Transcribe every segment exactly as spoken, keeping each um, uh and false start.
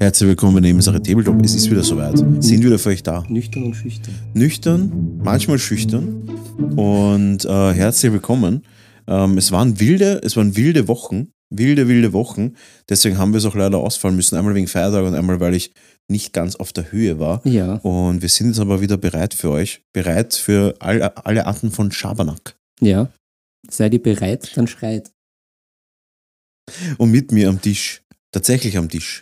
Herzlich willkommen bei Nebensache Tabletop. Es ist wieder soweit. Sind wieder für euch da. Nüchtern und schüchtern. Nüchtern, manchmal schüchtern. Und äh, herzlich willkommen. Ähm, es waren wilde, es waren wilde Wochen. Wilde, wilde Wochen. Deswegen haben wir es auch leider ausfallen müssen. Einmal wegen Feiertag und einmal, weil ich nicht ganz auf der Höhe war. Ja. Und wir sind jetzt aber wieder bereit für euch. Bereit für all, alle Arten von Schabernack. Ja. Seid ihr bereit, dann schreit. Und mit mir am Tisch, tatsächlich am Tisch,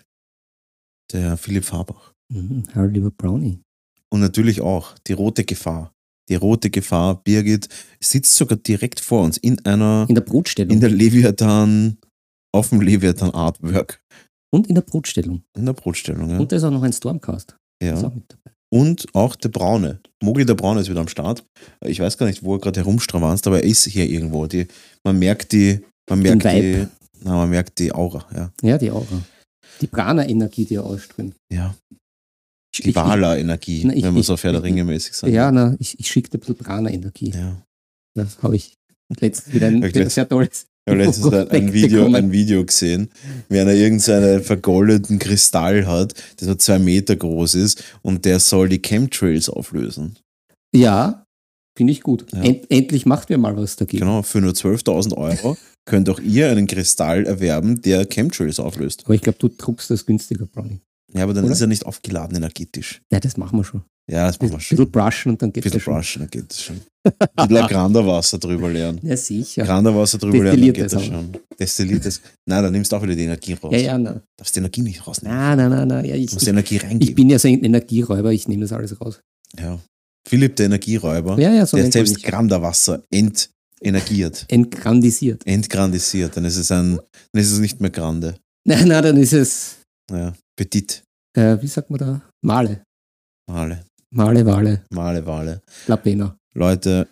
der Philipp Fahrbach. Mhm. Hallo, lieber Brownie. Und natürlich auch die rote Gefahr. Die rote Gefahr, Birgit, sitzt sogar direkt vor uns in einer, In der Brutstellung. in der Leviathan, auf dem Leviathan Artwork. Und in der Brutstellung. In der Brotstellung, ja. Und da ist auch noch ein Stormcast. Ist ja. auch mit dabei. Und auch der Braune. Mogli der Braune ist wieder am Start. Ich weiß gar nicht, wo er gerade herumstravanzt, aber er ist hier irgendwo. Die, man merkt die, man merkt Den die, Vibe. na, man merkt die Aura, ja. Ja, die Aura. Die Prana-Energie, die er ausströmt. Ja. Ich- Die ich- Vala-Energie, Na, ich- wenn man ich- so Herr der Ringe mäßig sagt. Ja, na, ich, ich schicke dir ein bisschen Prana-Energie. ja. Das habe ich letztens wieder ein, Ich wieder ein letzt- sehr tolles Ich habe letztens ein, ein, Video, bekommen. ein Video gesehen, wie einer irgendeinen vergoldeten Kristall hat, der so zwei Meter groß ist und der soll die Chemtrails auflösen. Ja, finde ich gut. Ja. End, endlich macht wir mal was dagegen. Genau, für nur zwölftausend Euro könnt auch ihr einen Kristall erwerben, der Chemtrails auflöst. Aber ich glaube, du druckst das günstiger, Brownie. Ja, aber dann Oder? ist er nicht aufgeladen energetisch. Ja, das machen wir schon. Ja, das machen Ein wir schon. bisschen brushen und dann Ein geht's bisschen ja schon. brushen, dann geht das schon. Ein bisschen Granderwasser drüber leeren. Ja, sicher. Granderwasser drüber leeren, dann geht Destilliertes das aber. schon. Destilliertes. Nein, dann nimmst du auch wieder die Energie raus. Ja, ja, na. Darfst die Energie nicht rausnehmen. Nein, nein, nein, nein. Ja, Du ich, musst ich, die Energie reingeben. ich bin ja so ein Energieräuber, ich nehme das alles raus. Ja. Philipp, der Energieräuber, Ja, ja, so der nennt man selbst mich. Granderwasser entenergiert, Entgrandisiert. entgrandisiert. Dann ist es ein, dann ist es nicht mehr Grande. Nein, nein, dann ist es, Ja. Petit. äh, wie sagt man da? Male. Male. Male, Wale, Male, Wale. La Pena. Leute,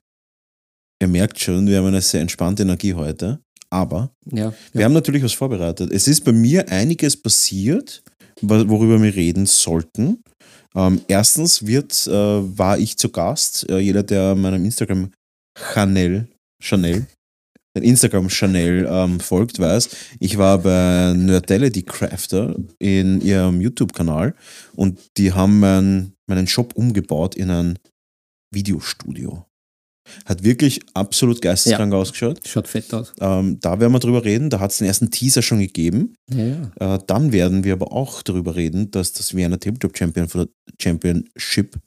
ihr merkt schon, wir haben eine sehr entspannte Energie heute. Aber Ja, wir ja. haben natürlich was vorbereitet. Es ist bei mir einiges passiert, wo- worüber wir reden sollten. Ähm, erstens wird, äh, war ich zu Gast. Äh, jeder, der meinem Instagram Chanel, Chanel, den Instagram Chanel ähm, folgt, weiß, ich war bei Nerdality Crafter in ihrem YouTube-Kanal und die haben mein, meinen Shop umgebaut in ein Videostudio. Hat wirklich absolut geisteskrank ausgeschaut. Schaut fett aus. Ähm, da werden wir drüber reden. Da hat es den ersten Teaser schon gegeben. Ja, ja. Äh, dann werden wir aber auch darüber reden, dass das Vienna Tabletop Champion vor der Championship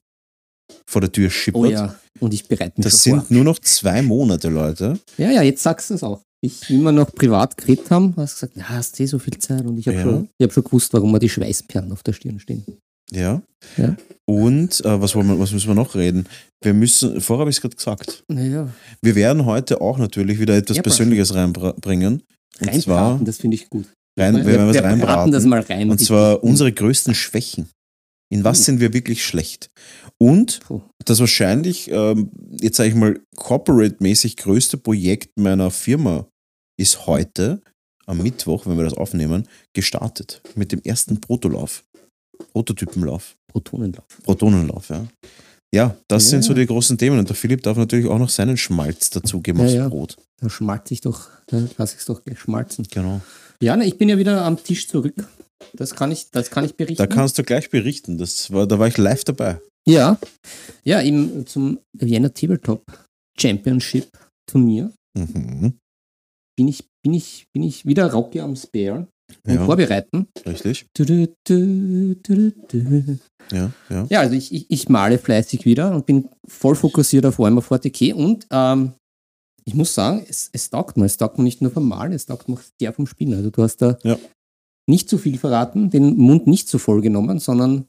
vor der Tür schippert. Oh ja, und ich bereite mich Das schon sind nur noch zwei Monate, Leute. vor. Ja, ja, jetzt sagst du es auch. Ich, wie wir noch privat geredet haben, hast du gesagt, ja, hast du eh so viel Zeit und ich habe Ja. schon, ich hab schon gewusst, warum wir die Schweißperlen auf der Stirn stehen. Ja. Ja. Und äh, was, wollen wir, was müssen wir noch reden? Wir müssen, vorher habe ich es gerade gesagt, Naja, wir werden heute auch natürlich wieder etwas Ja, Persönliches reinbringen. Und zwar, reinbraten, das finde ich gut. rein, wir werden was wir braten reinbraten. das mal rein. Und zwar unsere größten Schwächen. In was Uh. sind wir wirklich schlecht? Und Puh. das wahrscheinlich, ähm, jetzt sage ich mal, corporate-mäßig größte Projekt meiner Firma ist heute, am Mittwoch, wenn wir das aufnehmen, gestartet. Mit dem ersten Protolauf. Prototypenlauf. Protonenlauf. Protonenlauf, ja. Ja, das Ja. sind so die großen Themen. Und der Philipp darf natürlich auch noch seinen Schmalz dazugeben Ja, aufs ja. Brot. Da schmalze ich doch, da lasse ich es doch gleich schmalzen. Genau. Ja, na, ich bin ja wieder am Tisch zurück. Das kann ich, das kann ich berichten. Da kannst du gleich berichten. Das war, da war ich live dabei. Ja, ja, im, zum Vienna Tabletop Championship Turnier Mhm. bin ich, bin ich, bin ich wieder Rocky am Spare und Ja, vorbereiten. richtig. Du, du, du, du, du. Ja, ja. Ja, also ich, ich, ich male fleißig wieder und bin voll fokussiert auf Warhammer forty K und ähm, ich muss sagen, es, es taugt mir. Es taugt mir nicht nur vom Malen, es taugt mir auch sehr vom Spielen. Also du hast da Ja. nicht zu viel verraten, den Mund nicht zu voll genommen, sondern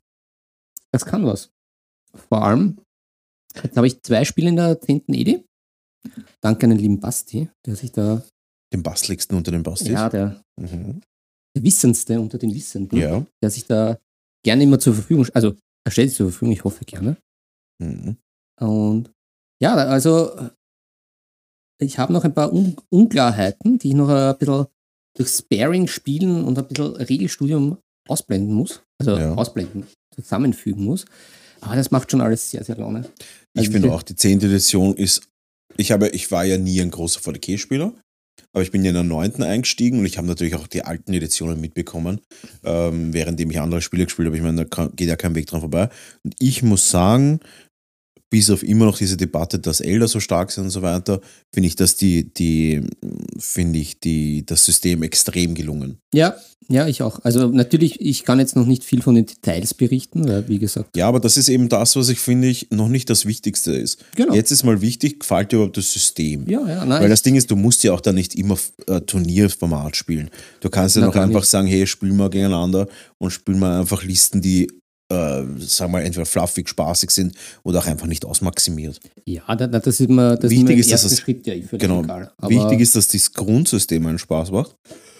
das kann was. Vor allem, jetzt habe ich zwei Spiele in der zehnten Edi. Danke an den lieben Basti, der sich da, Den bastligsten unter den Bastis. ja, der, Mhm. der Wissendste unter den Wissenden, Ja. der sich da gerne immer zur Verfügung, also er stellt sich zur Verfügung, ich hoffe gerne. Mhm. Und ja, also ich habe noch ein paar Un Unklarheiten, die ich noch ein bisschen durch Sparing spielen und ein bisschen Regelstudium ausblenden muss. Also Ja. ausblenden, zusammenfügen muss. Aber das macht schon alles sehr, sehr Laune. Ich Also finde die- auch, die zehnte Edition ist, ich habe, ich war ja nie ein großer V D K-Spieler, aber ich bin ja in der neunten eingestiegen und ich habe natürlich auch die alten Editionen mitbekommen, ähm, währenddem ich andere Spiele gespielt habe. Ich meine, da kann, geht ja kein Weg dran vorbei. Und ich muss sagen, bis auf immer noch diese Debatte, dass Elder so stark sind und so weiter, finde ich, dass die, die, finde ich, die, das System extrem gelungen. Ja, ja, ich auch. Also natürlich, ich kann jetzt noch nicht viel von den Details berichten, weil wie gesagt. Ja, aber das ist eben das, was ich finde, ich noch nicht das Wichtigste ist. Genau. Jetzt ist mal wichtig, gefällt dir überhaupt das System? Ja, ja, nein. Weil das Ding ist, du musst ja auch da nicht immer äh, Turnierformat spielen. Du kannst ja Na, noch gar einfach nicht. sagen, hey, spielen wir gegeneinander und spielen wir einfach Listen, die, äh, sagen wir mal, entweder fluffig, spaßig sind oder auch einfach nicht ausmaximiert. Ja, da- da- das ist mir, das Wichtig ist ist, mir dass erster es- Schritt, ja, ich völlig Genau. egal. Aber Wichtig ist, dass das Grundsystem einen Spaß macht.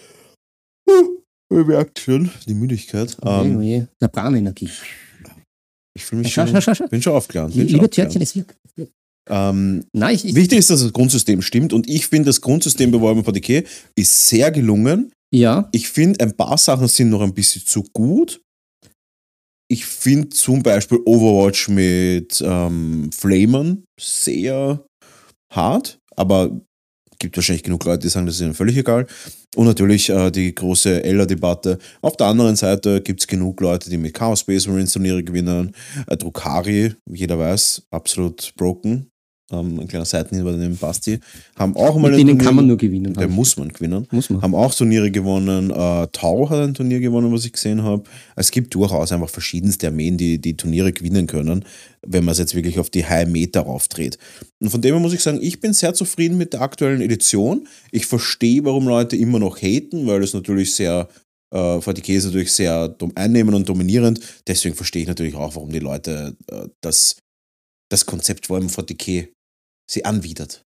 Ihr merkt schon, die Müdigkeit. Okay, Ähm, okay. Der Branenergie. ich fühle mich Schau, schon, schau, schau, schau. bin schon aufgeladen. Bin schon Lieber aufgeladen. Törtchen, es wirkt. Ähm, Nein, ich, ich, Wichtig ist, dass das Grundsystem stimmt und ich finde, das Grundsystem bei Warhammer forty K ist sehr gelungen. ja, Ich finde, ein paar Sachen sind noch ein bisschen zu gut. Ich finde zum Beispiel Overwatch mit ähm, Flamern sehr hart, aber gibt wahrscheinlich genug Leute, die sagen, das ist ihnen völlig egal. Und natürlich äh, die große Ella-Debatte. Auf der anderen Seite gibt es genug Leute, die mit Chaos Space Marines Turniere gewinnen. Äh, Drukhari, jeder weiß, absolut broken. Ähm, ein kleiner Seitenhieb neben Basti. Haben auch mal mit ein denen Turnier- kann man nur gewinnen. Der muss man gewinnen. Muss man. Haben auch Turniere gewonnen. Äh, Tau hat ein Turnier gewonnen, was ich gesehen habe. Es gibt durchaus einfach verschiedenste Armeen, die die Turniere gewinnen können, wenn man es jetzt wirklich auf die High Meta raufdreht. Und von dem her muss ich sagen, ich bin sehr zufrieden mit der aktuellen Edition. Ich verstehe, warum Leute immer noch haten, weil es natürlich sehr, äh, forty K ist natürlich sehr dom- einnehmend und dominierend. Deswegen verstehe ich natürlich auch, warum die Leute äh, das, das Konzept vor allem forty K sie anwidert.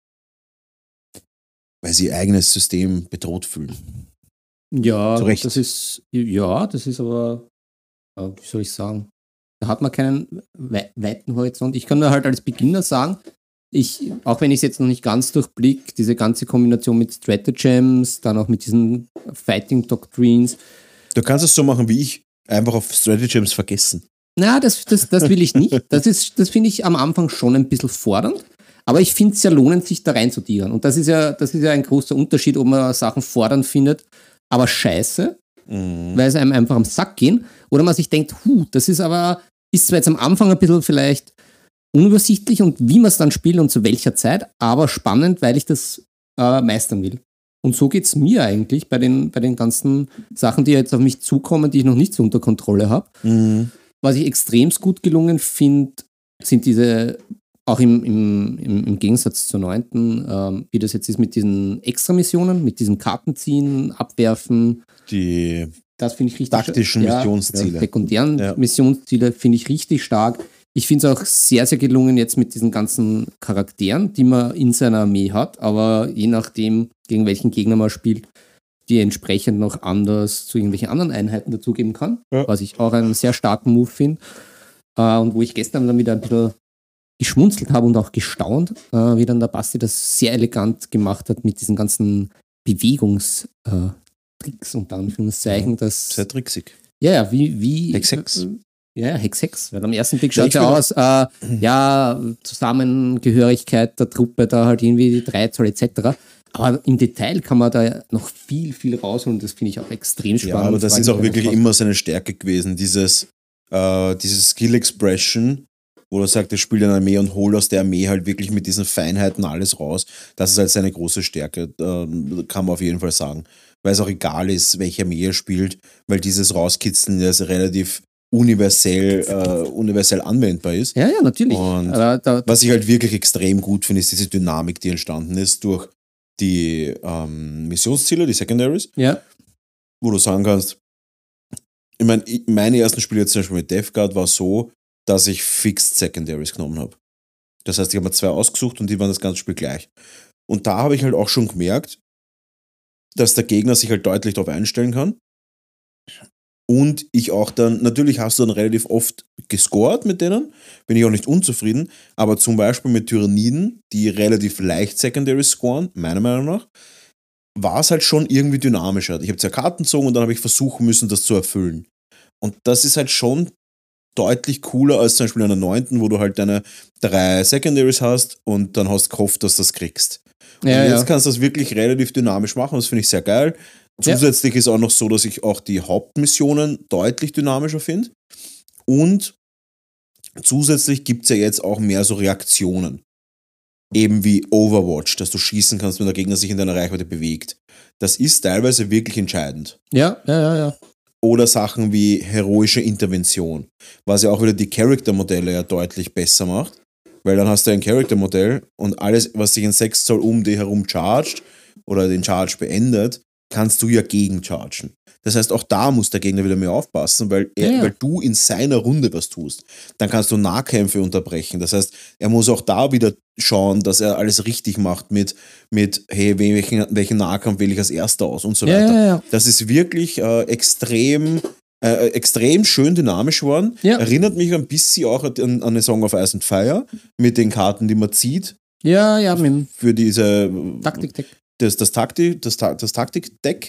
Weil sie ihr eigenes System bedroht fühlen. Ja, Zu Recht. das ist, ja, das ist aber, äh, wie soll ich sagen, da hat man keinen wei weiten Horizont. Ich kann nur halt als Beginner sagen, ich, auch wenn ich es jetzt noch nicht ganz durchblick, diese ganze Kombination mit Stratagems, dann auch mit diesen Fighting Doctrines, Du kannst es so machen wie ich, einfach auf Stratagems vergessen. na, das, das, das will ich nicht. Das ist, das finde ich am Anfang schon ein bisschen fordernd. Aber ich finde es ja lohnend, sich da reinzutigern. Und das ist ja, das ist ja ein großer Unterschied, ob man Sachen fordernd findet, aber scheiße, Mhm. weil es einem einfach am Sack gehen. Oder man sich denkt, huh, das ist aber, ist zwar jetzt am Anfang ein bisschen vielleicht unübersichtlich und wie man es dann spielt und zu welcher Zeit, aber spannend, weil ich das äh, meistern will. Und so geht es mir eigentlich bei den, bei den ganzen Sachen, die jetzt auf mich zukommen, die ich noch nicht so unter Kontrolle habe. Mhm. Was ich extremst gut gelungen finde, sind diese, auch im, im, im, im Gegensatz zur neunten, ähm, wie das jetzt ist mit diesen Extra-Missionen, mit diesem Kartenziehen, Abwerfen, Die das finde ich richtig Taktischen stark. Missionsziele. Ja, sekundären Ja. Missionsziele finde ich richtig stark. Ich finde es auch sehr, sehr gelungen jetzt mit diesen ganzen Charakteren, die man in seiner Armee hat, aber je nachdem, gegen welchen Gegner man spielt, die entsprechend noch anders zu irgendwelchen anderen Einheiten dazugeben kann, Ja. was ich auch einen sehr starken Move finde. Äh, und wo ich gestern dann wieder ein bisschen geschmunzelt habe und auch gestaunt, äh, wie dann der Basti das sehr elegant gemacht hat mit diesen ganzen Bewegungstricks äh, unter Anführungszeichen. Das, sehr tricksig. ja, ja, wie, wie. Hexex. Ja, ja, Hexex. Weil am ersten Blick Ja, schaut ich es ja will- aus, äh, ja, Zusammengehörigkeit der Truppe, da halt irgendwie die Dreizahl et cetera. Aber im Detail kann man da noch viel, viel rausholen. Das finde ich auch extrem spannend. Ja, aber das Vor ist allem, auch wenn wirklich man- immer seine Stärke gewesen, dieses, äh, dieses Skill-Expression, wo er sagt, er spielt eine Armee und holt aus der Armee halt wirklich mit diesen Feinheiten alles raus. Das ist halt seine große Stärke, äh, kann man auf jeden Fall sagen. Weil es auch egal ist, welche Armee er spielt, weil dieses Rauskitzeln das relativ universell, äh, universell anwendbar ist. Ja, ja, natürlich. Und aber da, Was ich halt wirklich extrem gut finde, ist diese Dynamik, die entstanden ist durch die ähm, Missionsziele, die Secondaries, ja, wo du sagen kannst, ich meine, ich- meine ersten Spiele jetzt zum Beispiel mit Death Guard war so, dass ich Fixed Secondaries genommen habe. Das heißt, ich habe mir zwei ausgesucht und die waren das ganze Spiel gleich. Und da habe ich halt auch schon gemerkt, dass der Gegner sich halt deutlich darauf einstellen kann. Und ich auch dann, natürlich hast du dann relativ oft gescored mit denen, bin ich auch nicht unzufrieden, aber zum Beispiel mit Tyranniden, die relativ leicht Secondaries scoren, meiner Meinung nach, war es halt schon irgendwie dynamischer. Ich habe zwei Karten gezogen und dann habe ich versuchen müssen, das zu erfüllen. Und das ist halt schon deutlich cooler als zum Beispiel in der neunten, wo du halt deine drei Secondaries hast und dann hast du gehofft, dass du das kriegst. Ja, und jetzt ja. kannst du das wirklich relativ dynamisch machen, das finde ich sehr geil. Ja. Zusätzlich ist auch noch so, dass ich auch die Hauptmissionen deutlich dynamischer finde. Und zusätzlich gibt es ja jetzt auch mehr so Reaktionen. Eben wie Overwatch, dass du schießen kannst, wenn der Gegner sich in deiner Reichweite bewegt. Das ist teilweise wirklich entscheidend. Ja, ja, ja, ja. Oder Sachen wie heroische Intervention, was ja auch wieder die Charaktermodelle ja deutlich besser macht, weil dann hast du ein Charaktermodell und alles, was sich in sechs Zoll um dich herum chargt oder den Charge beendet, kannst du ja gegenchargen. Das heißt, auch da muss der Gegner wieder mehr aufpassen, weil, er, Ja, ja. weil du in seiner Runde was tust. Dann kannst du Nahkämpfe unterbrechen. Das heißt, er muss auch da wieder schauen, dass er alles richtig macht mit, mit hey, welchen, welchen Nahkampf wähle ich als erster aus und so Ja, weiter. ja, ja. Das ist wirklich äh, extrem, äh, extrem schön dynamisch geworden. Ja. Erinnert mich ein bisschen auch an, an eine Song of Ice and Fire mit den Karten, die man zieht Ja, ja, mit dem für diese Taktik-Deck. das, das, Taktik, das, Ta- das Taktik-Deck.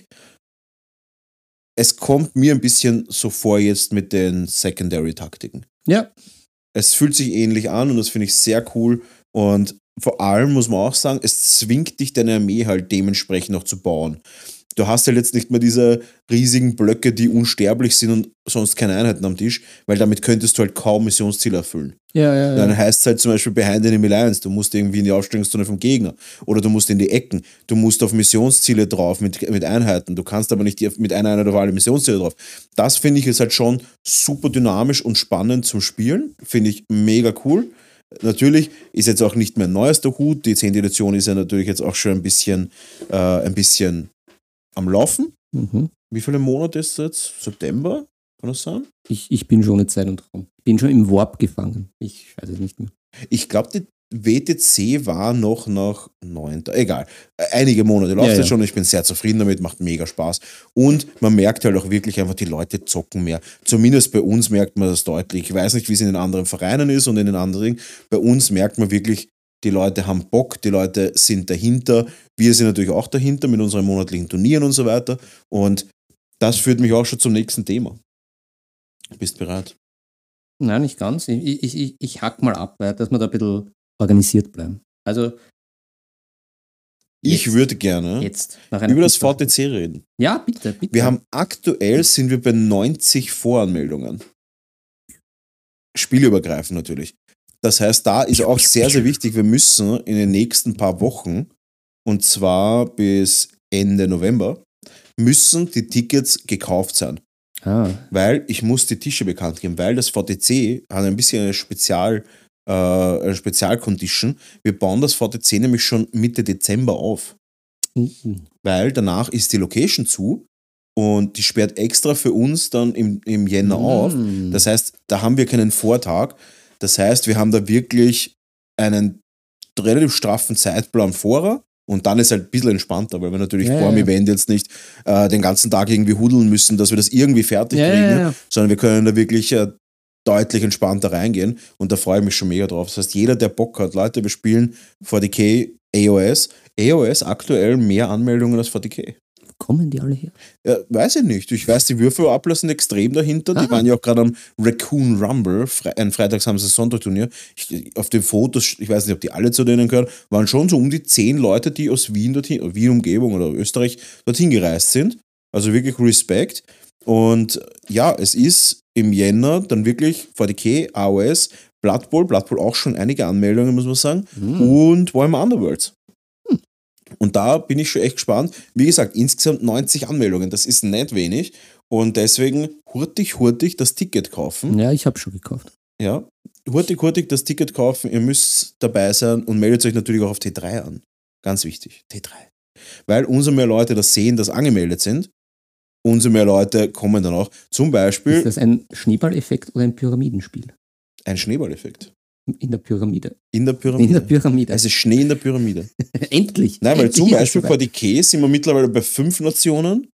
Es kommt mir ein bisschen so vor jetzt mit den Secondary-Taktiken. Ja, Es fühlt sich ähnlich an und das finde ich sehr cool. Und vor allem muss man auch sagen, es zwingt dich, deine Armee halt dementsprechend noch zu bauen. Du hast ja jetzt nicht mehr diese riesigen Blöcke, die unsterblich sind und sonst keine Einheiten am Tisch, weil damit könntest du halt kaum Missionsziele erfüllen. ja, ja. Dann ja. heißt es halt zum Beispiel Behind Enemy Lines, du musst irgendwie in die Aufstellungszone vom Gegner oder du musst in die Ecken, du musst auf Missionsziele drauf mit, mit Einheiten, du kannst aber nicht die- mit einer Einheit auf alle Missionsziele drauf. Das finde ich ist halt schon super dynamisch und spannend zum Spielen, finde ich mega cool. Natürlich ist jetzt auch nicht mehr ein neuester Hut, die zehnte Edition ist ja natürlich jetzt auch schon ein bisschen, äh, ein bisschen am Laufen. Mhm. Wie viele Monate ist es jetzt? September? Kann das sein? Ich, ich bin schon in Zeit und Raum. Ich bin schon im Warp gefangen. Ich weiß es nicht mehr. Ich glaube, die W T C war noch nach neunten Egal. Einige Monate läuft Ja, jetzt ja. schon. Ich bin sehr zufrieden damit, macht mega Spaß. Und man merkt halt auch wirklich einfach, die Leute zocken mehr. Zumindest bei uns merkt man das deutlich. Ich weiß nicht, wie es in den anderen Vereinen ist und in den anderen. Bei uns merkt man wirklich, die Leute haben Bock, die Leute sind dahinter. Wir sind natürlich auch dahinter mit unseren monatlichen Turnieren und so weiter. Und das führt mich auch schon zum nächsten Thema. Bist bereit? Nein, nicht ganz. Ich, ich, ich, ich hack mal ab, weil- dass wir da ein bisschen organisiert bleiben. Also Ich Jetzt. würde gerne jetzt. Nach einer über das Pizza. V T C reden. Ja, bitte, bitte. Wir haben aktuell sind wir bei neunzig Voranmeldungen. Spielübergreifend natürlich. Das heißt, da ist auch sehr, sehr wichtig, wir müssen in den nächsten paar Wochen, und zwar bis Ende November, müssen die Tickets gekauft sein. Ah, Weil ich muss die Tische bekannt geben, weil das V T C hat ein bisschen eine Spezial, äh, eine Spezialcondition. Wir bauen das V T C nämlich schon Mitte Dezember auf. mhm. Weil danach ist die Location zu und die sperrt extra für uns dann im, im Jänner auf. Mm. Das heißt, da haben wir keinen Vortag. Das heißt, wir haben da wirklich einen relativ straffen Zeitplan vorer und dann ist halt ein bisschen entspannter, weil wir natürlich Ja, vor dem ja. Event jetzt nicht äh, den ganzen Tag irgendwie hudeln müssen, dass wir das irgendwie fertig Ja, kriegen, ja, ja. sondern wir können da wirklich äh, deutlich entspannter reingehen und da freue ich mich schon mega drauf. Das heißt, jeder, der Bock hat, Leute, wir spielen V D K A O S. A O S aktuell mehr Anmeldungen als V D K. Kommen die alle her? Ja, weiß ich nicht. Ich weiß, die Würfelabler sind extrem dahinter. Die Ah. waren ja auch gerade am Raccoon Rumble, Fre ein Freitag, Samstag, Sonntag-Turnier. Ich, auf den Fotos, ich weiß nicht, ob die alle zu denen gehören, waren schon so um die zehn Leute, die aus Wien dorthin, Wien-Umgebung oder Österreich dorthin gereist sind. Also wirklich Respekt. Und ja, es ist im Jänner dann wirklich V D K, A O S, Blood Bowl, Blood Bowl auch schon einige Anmeldungen, muss man sagen, Mhm. und Warhammer Underworlds. Und da bin ich schon echt gespannt. Wie gesagt, insgesamt neunzig Anmeldungen, das ist nicht wenig. Und deswegen hurtig, hurtig das Ticket kaufen. Ja, ich habe schon gekauft. Ja, hurtig, hurtig das Ticket kaufen. Ihr müsst dabei sein und meldet euch natürlich auch auf T drei an. Ganz wichtig, T drei. Weil umso mehr Leute das sehen, dass angemeldet sind, umso mehr Leute kommen dann auch. Zum Ist Beispiel das ein Schneeballeffekt oder ein Pyramidenspiel? ein Schneeballeffekt. In der Pyramide. In der In Pyramide. der Pyramide. Es ist Schnee in der Pyramide. Endlich. Nein, weil Endlich zum ist es Beispiel soweit. vor die K sind wir mittlerweile bei fünf Nationen.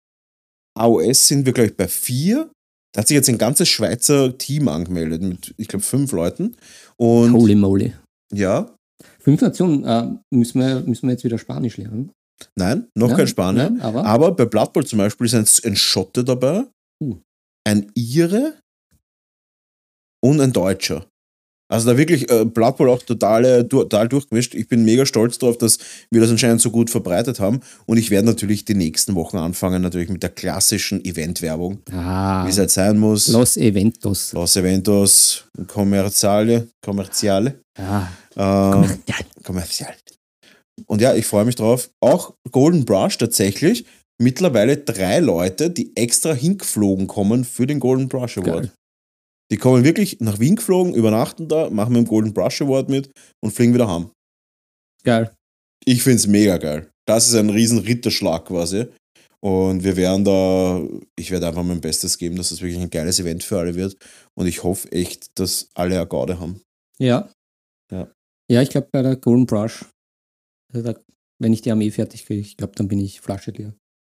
A O S sind wir, glaube ich, bei vier. Da hat sich jetzt ein ganzes Schweizer Team angemeldet mit, ich glaube, fünf Leuten. Und Holy moly. ja, Fünf Nationen, äh, müssen, wir, müssen wir jetzt wieder Spanisch lernen? nein, noch Ja, kein Spanier. nein, aber Aber bei Blood Bowl zum Beispiel ist ein, ein Schotte dabei, Uh. ein Ire und ein Deutscher. Also da wirklich äh, Blood Bowl auch total, total durchgemischt. Ich bin mega stolz darauf, dass wir das anscheinend so gut verbreitet haben. Und ich werde natürlich die nächsten Wochen anfangen, natürlich mit der klassischen Event-Werbung, Ah, wie es halt sein muss. Los Eventos. Los Eventos, Kommerziale, Kommerziale. Ah, Ähm, kommerzial. Und ja, ich freue mich drauf. Auch Golden Brush tatsächlich. Mittlerweile drei Leute, die extra hingeflogen kommen für den Golden Brush Award. Geil. Die kommen wirklich nach Wien geflogen, übernachten da, machen mit dem Golden Brush Award mit und fliegen wieder heim. Geil. Ich finde es mega geil. Das ist ein riesen Ritterschlag quasi. Und wir werden da, ich werde einfach mein Bestes geben, dass das wirklich ein geiles Event für alle wird. Und ich hoffe echt, dass alle eine Gaude haben. Ja. Ja. Ja, ich glaube bei der Golden Brush, also da, wenn ich die Armee fertig kriege, ich glaube, dann bin ich Flasche leer.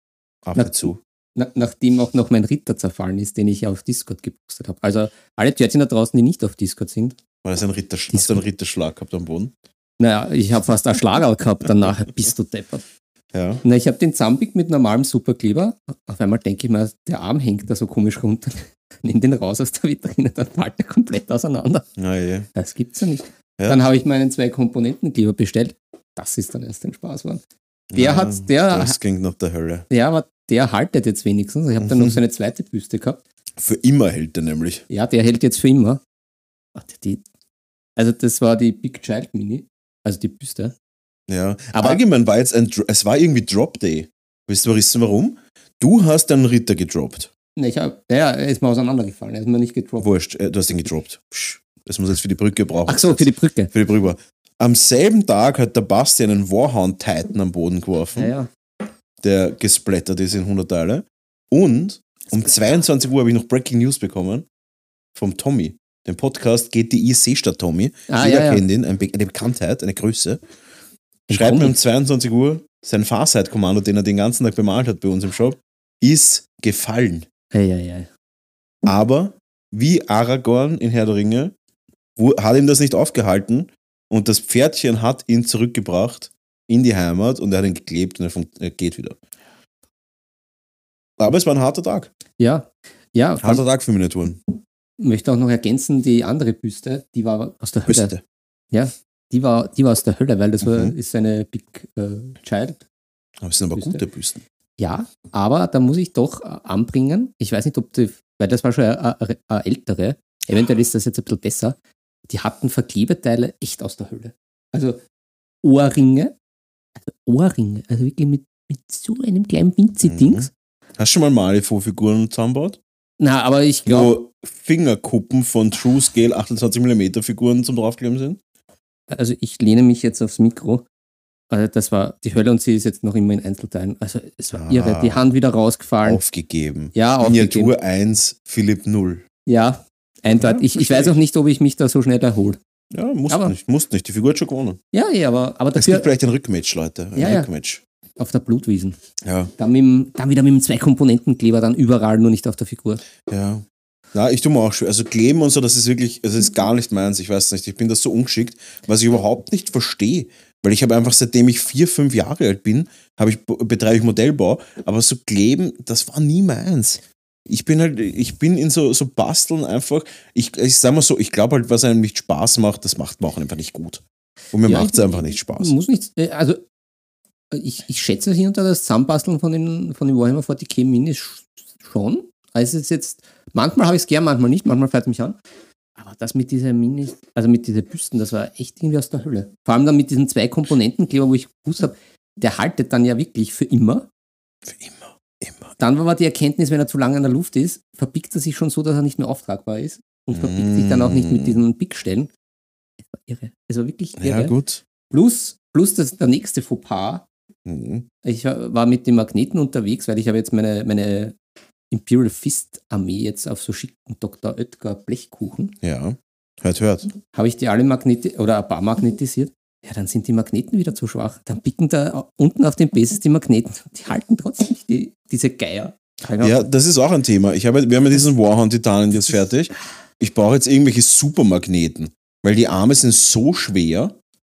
Ab Na- und zu. Na, nachdem auch noch mein Ritter zerfallen ist, den ich auf Discord gepostet habe. Also alle Törtchen da draußen, die nicht auf Discord sind. War das ein Ritterschlag? Hast du einen Ritterschlag gehabt am Boden? Naja, ich habe fast einen Schlager gehabt, dann nachher bist du deppert. Ja. Na, ich habe den Zampik mit normalem Superkleber. Auf einmal denke ich mir, der Arm hängt da so komisch runter. Nimm den raus aus der Vitrine, dann fällt der komplett auseinander. Na je. Das gibt's ja nicht. Ja. Dann habe ich meinen zwei Komponentenkleber bestellt. Das ist dann erst ein Spaß geworden. Der Ja, hat, der, Das klingt nach der Hölle. ja, aber der haltet jetzt wenigstens. Ich habe dann noch so eine zweite Büste gehabt. Für immer hält er nämlich. Ja, der hält jetzt für immer. Warte, die, also das war die Big Child Mini, also die Büste. Ja. Aber- Allgemein war jetzt ein, Dro- es war irgendwie Drop Day. Wisst ihr, wissen warum? Du hast einen Ritter gedroppt. Ne, ich hab, ja, er ist mal auseinandergefallen, er ist mir nicht gedroppt. Wurscht, äh, du hast ihn gedroppt. Psch, das muss jetzt für die Brücke brauchen. Ach so, für die Brücke. Für die Brücke. Am selben Tag hat der Basti einen Warhound Titan am Boden geworfen, Ja, ja. der gesplattert ist in hundert Teile. Und um zweiundzwanzig Uhr habe ich noch Breaking News bekommen vom Tommy. Den Podcast G T I Seestadt Tommy. Ah, Jeder ja, ja. kennt ihn, eine, Be eine Bekanntheit, eine Größe. Ein Schreibt mir Tommy. um zweiundzwanzig Uhr, sein Farsight-Kommando, den er den ganzen Tag bemalt hat bei uns im Shop, ist gefallen. Ei, ei, ei. Aber wie Aragorn in Herr der Ringe wo, hat ihm das nicht aufgehalten und das Pferdchen hat ihn zurückgebracht in die Heimat und er hat ihn geklebt und er, fun- er geht wieder. Aber es war ein harter Tag. Ja, ja, vor allem Harter Tag für Miniaturen. möchte auch noch ergänzen, die andere Büste, die war aus der Hölle. Büste. Ja, die war, die war aus der Hölle, weil das war, Mhm. ist eine Big äh, Child. Aber es sind aber Büste. gute Büsten. Ja, aber da muss ich doch äh, anbringen, ich weiß nicht, ob die, weil das war schon eine, eine, eine ältere, eventuell ist das jetzt ein bisschen besser, die hatten Verklebeteile echt aus der Hölle. Also Ohrringe, also Ohrringe, also wirklich mit, mit so einem kleinen Winzi-Dings. Hast du schon mal Malifaux-Figuren zusammengebaut? Na, aber ich glaube, Wo Fingerkuppen von True Scale achtundzwanzig Millimeter Figuren zum draufkleben sind? also ich lehne mich jetzt aufs Mikro. Also das war die Hölle und sie ist jetzt noch immer in Einzelteilen. Also es war Ah. irre, die Hand wieder rausgefallen. Aufgegeben. Ja, aufgegeben. Miniatur eins, Philipp null. Ja, eindeutig. Ja, ich, ich verstehe weiß auch ich. nicht, ob ich mich da so schnell erhole. Ja, musst Aber- nicht, musst nicht. Die Figur hat schon gewonnen. Ja, ja, aber, aber Es gibt dafür vielleicht ein Rückmatch, Leute. Ein Ja, ja. Rückmatch. auf der Blutwiesen. Ja, Dann, mit dem, dann wieder mit dem Zwei-Komponenten-Kleber, dann überall, nur nicht auf der Figur. ja. Na, ich tue mir auch schwer. Also kleben und so, das ist wirklich, das ist gar nicht meins. Ich weiß nicht, ich bin da so ungeschickt, was ich überhaupt nicht verstehe. Weil ich habe einfach, seitdem ich vier, fünf Jahre alt bin, habe ich, betreibe ich Modellbau, aber so kleben, das war nie meins. Ich bin halt, ich bin in so, so Basteln einfach, ich, ich sag mal so, ich glaube halt, was einem nicht Spaß macht, das macht mir auch einfach nicht gut. Und mir Ja, macht es ich- einfach nicht Spaß. Muss nicht, äh, also ich, ich schätze hier unter das Zusammenbasteln von den, von den Warhammer forty K Minis sch- schon. Also es ist jetzt, manchmal habe ich es gern, manchmal nicht, manchmal fällt es mich an. Aber das mit dieser Minis, also mit diesen Büsten, das war echt irgendwie aus der Hölle. Vor allem dann mit diesen zwei Komponentenkleber, wo ich gewusst habe, der haltet dann ja wirklich für immer. Für immer, immer. Dann war aber die Erkenntnis, wenn er zu lange in der Luft ist, verbiegt er sich schon so, dass er nicht mehr auftragbar ist und verbiegt sich dann auch nicht mit diesen Pickstellen. Es war irre. Es war wirklich irre. Ja, gut. Plus, plus das, der nächste Fauxpas. Mhm. Ich war war mit den Magneten unterwegs, weil ich habe jetzt meine, meine Imperial Fist Armee jetzt auf so schicken Doktor Oetker Blechkuchen. Ja. Hört, hört. Habe ich die alle magneti oder ein paar magnetisiert. Ja, dann sind die Magneten wieder zu schwach. Dann picken da unten auf den Bases die Magneten. Die halten trotzdem nicht die, diese Geier. Ja, das ist auch ein Thema. Ich habe, wir haben ja diesen Warhound-Titanen jetzt fertig. Ich brauche jetzt irgendwelche Supermagneten, weil die Arme sind so schwer.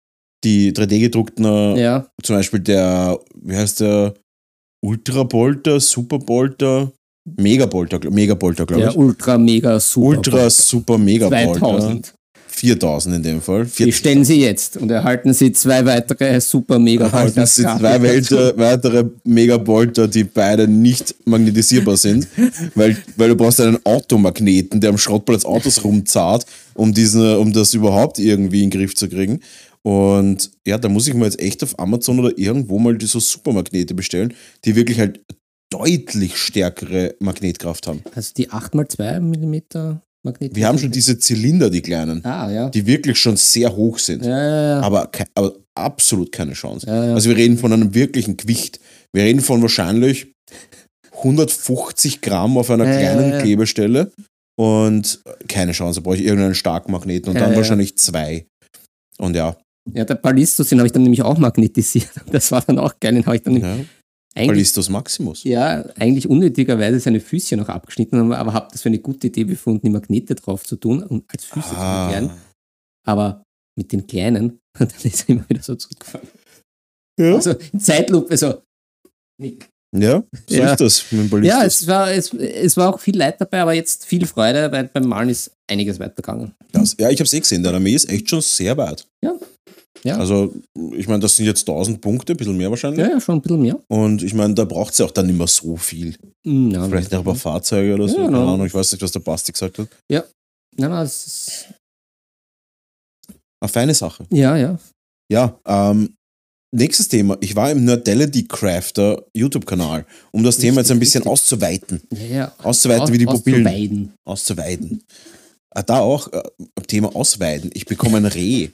Die drei D-gedruckten, äh, Ja, zum Beispiel der, wie heißt der, Ultra-Bolter, Super-Bolter, Mega-Bolter, gl- Mega-Bolter, glaube der ich. Ultra Mega Super. Ultra, Super, Mega-Bolter. zweitausend. viertausend in dem Fall. Die stellen Sie jetzt und erhalten Sie zwei weitere super mega Erhalten Sie zwei weiter, weitere Megabolter, die beide nicht magnetisierbar sind, weil, weil du brauchst einen Automagneten, der am Schrottplatz Autos rumzahlt, um, diesen, um das überhaupt irgendwie in den Griff zu kriegen. Und ja, da muss ich mir jetzt echt auf Amazon oder irgendwo mal diese Supermagnete bestellen, die wirklich halt deutlich stärkere Magnetkraft haben. Also die acht mal zwei Millimeter Magnete. Wir haben schon diese Zylinder, die kleinen, ah, ja. die wirklich schon sehr hoch sind. Ja, ja, ja. Aber, ke- aber absolut keine Chance. Ja, ja. Also wir reden von einem wirklichen Gewicht. Wir reden von wahrscheinlich hundertfünfzig Gramm auf einer Ja, ja, kleinen ja. Klebestelle und keine Chance. Da brauche ich irgendeinen Starkmagneten und Ja, dann ja. wahrscheinlich zwei. Und ja, Ja, der Ballistus, den habe ich dann nämlich auch magnetisiert. Das war dann auch geil. Den habe ich dann ja. eigentlich, Ballistus Maximus. ja, eigentlich unnötigerweise seine Füße noch abgeschnitten, aber, aber habe das für eine gute Idee befunden, die Magnete drauf zu tun und als Füße zu erklären. Ah. Aber mit den kleinen, dann ist er immer wieder so zurückgefallen. Ja, Also in Zeitlupe, so. ja so Ja. ist das mit dem Ballistus. Ja, es war, es, es war auch viel Leid dabei, aber jetzt viel Freude, weil beim Malen ist einiges weitergegangen. Das, ja, ich habe es eh gesehen, der Armee ist echt schon sehr weit. Ja. Ja. Also, ich meine, das sind jetzt tausend Punkte, ein bisschen mehr wahrscheinlich. Ja, ja, schon ein bisschen mehr. Und ich meine, da braucht es ja auch dann nicht mehr so viel. Mm, Ja, Vielleicht noch ein paar Fahrzeuge oder so. Ja, Keine genau. Ahnung, ich weiß nicht, was der Basti gesagt hat. Nein, nein, es ist, Eine feine Sache. ja, ja. Ja, ähm, nächstes Thema. Ich war im Nerdelity Crafter YouTube-Kanal, um das Thema jetzt ein bisschen richtig. auszuweiten. Ja, ja. Auszuweiten wie die Pupillen. Auszuweiden. Auszuweiden. Ah, da auch, äh, Thema Ausweiden. Ich bekomme ein Reh.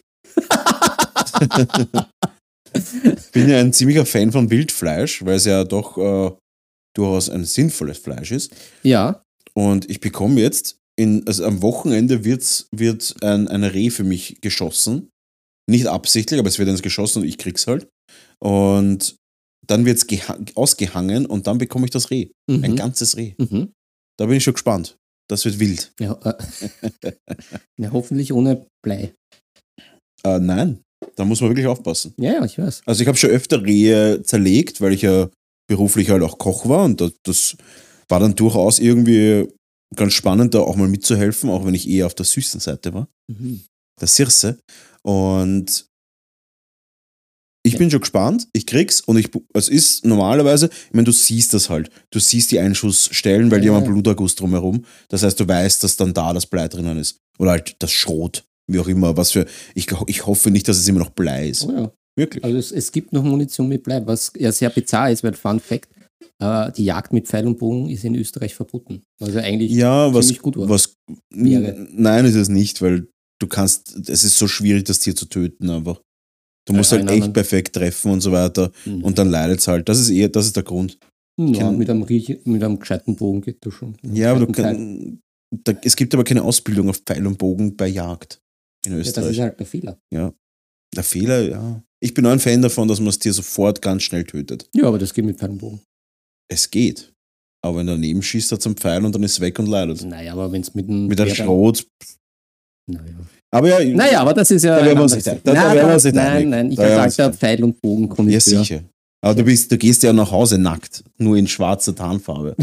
Ich bin ja ein ziemlicher Fan von Wildfleisch, weil es ja doch äh, durchaus ein sinnvolles Fleisch ist. Ja, Und ich bekomme jetzt, in, also am Wochenende wird's, wird ein, ein Reh für mich geschossen. Nicht absichtlich, aber es wird eins geschossen und ich krieg's halt. Und dann wird es ausgehangen und dann bekomme ich das Reh. Mhm. Ein ganzes Reh. Mhm. Da bin ich schon gespannt. Das wird wild. Ja, äh, ja, hoffentlich ohne Blei. Äh, nein, da muss man wirklich aufpassen. Ja, ja, ich weiß. Also ich habe schon öfter Rehe zerlegt, weil ich ja beruflich halt auch Koch war und das, das war dann durchaus irgendwie ganz spannend, da auch mal mitzuhelfen, auch wenn ich eher auf der süßen Seite war, Mhm. der Circe. Und ich bin schon gespannt, ich krieg's und ich, es ist normalerweise, ich meine, du siehst das halt, du siehst die Einschussstellen, weil die Ja, haben einen ja. Bluterguss drumherum. Das heißt, du weißt, dass dann da das Blei drinnen ist. Oder halt das Schrot, wie auch immer. Was für, ich, ich hoffe nicht, dass es immer noch Blei ist. Oh, ja. Wirklich. Also es, es gibt noch Munition mit Blei, was ja sehr bizarr ist, weil Fun Fact, äh, die Jagd mit Pfeil und Bogen ist in Österreich verboten. Also eigentlich Ja, was, ziemlich gut war. was Wäre. n- nein, ist es nicht, weil du kannst, es ist so schwierig, das Tier zu töten einfach. Du musst Ja, halt nein, echt nein. perfekt treffen und so weiter Mhm. und dann leidet es halt. Das ist eher, das ist der Grund. ja, kenn- mit, einem, Riech- mit einem gescheiten Bogen geht das schon. Mit einem Ja, aber du gescheiten Pfeil. kann, da, es gibt aber keine Ausbildung auf Pfeil und Bogen bei Jagd in Ja, das Österreich. ist halt der Fehler. Der Fehler, ja. Ich bin auch ein Fan davon, dass man das Tier sofort ganz schnell tötet. Ja, aber das geht mit Pfeil und Bogen. Es geht. Aber wenn er daneben schießt, hat es einen Pfeil und dann ist es weg und leidet. Naja, aber wenn es mit einem Mit einem Schwert- Schrot. Naja. Aber ja, naja, aber das ist ja. Da ein werden wir uns anderes nicht- Thema. da- da Nein, werden wir nein, uns nicht nein, einig. nein, ich Da werden wir als uns alter nicht- Pfeil- und Bogen ja, Konditeur. sicher. Aber du, bist, du gehst ja nach Hause nackt, nur in schwarzer Tarnfarbe.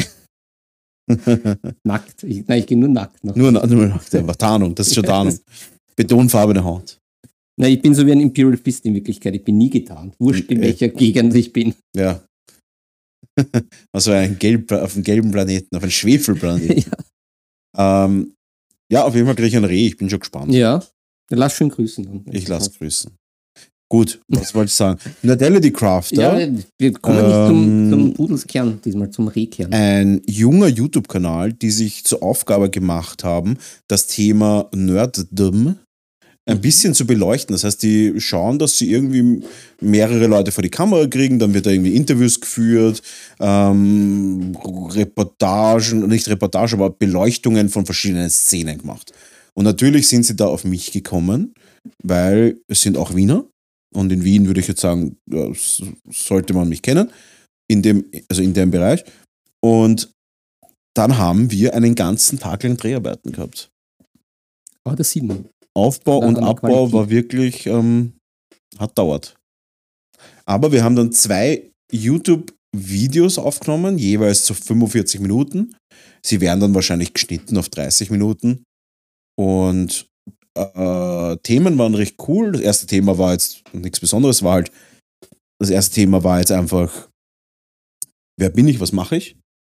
Nackt. Ich, nein, ich gehe nur nackt nach. nur, nur nackt, aber Tarnung, das ist schon Tarnung. Betonfarbene Haut. Nein, ich bin so wie ein Imperial Fist in Wirklichkeit. Ich bin nie getarnt. Wurscht, in Äh. welcher Gegend ich bin. Ja. Also ein gelb, auf einem gelben Planeten, auf einem Schwefelplaneten. ja. Ähm, ja, auf jeden Fall kriege ich ein Reh, ich bin schon gespannt. ja. Dann lass schön grüßen. Dann. Ich lasse grüßen. Gut, was wollte ich sagen? Nerdelity Crafter, Ja, wir kommen Ähm, nicht zum, zum Pudelskern, diesmal zum Rehkern. ein junger YouTube-Kanal, die sich zur Aufgabe gemacht haben, das Thema Nerddom ein bisschen zu beleuchten. Das heißt, die schauen, dass sie irgendwie mehrere Leute vor die Kamera kriegen, dann wird da irgendwie Interviews geführt, ähm, Reportagen, nicht Reportage, aber Beleuchtungen von verschiedenen Szenen gemacht. Und natürlich sind sie da auf mich gekommen, weil es sind auch Wiener. Und in Wien würde ich jetzt sagen, ja, s- sollte man mich kennen, in dem, also in dem Bereich. Und dann haben wir einen ganzen Tag lang Dreharbeiten gehabt. Aber das sieht man. Aufbau An- und an der Abbau Qualität. war wirklich, ähm, hat dauert. Aber wir haben dann zwei YouTube-Videos aufgenommen, jeweils zu fünfundvierzig Minuten. Sie werden dann wahrscheinlich geschnitten auf dreißig Minuten. Und äh, Themen waren recht cool. Das erste Thema war jetzt nichts Besonderes, war halt, das erste Thema war jetzt einfach, wer bin ich, was mache ich?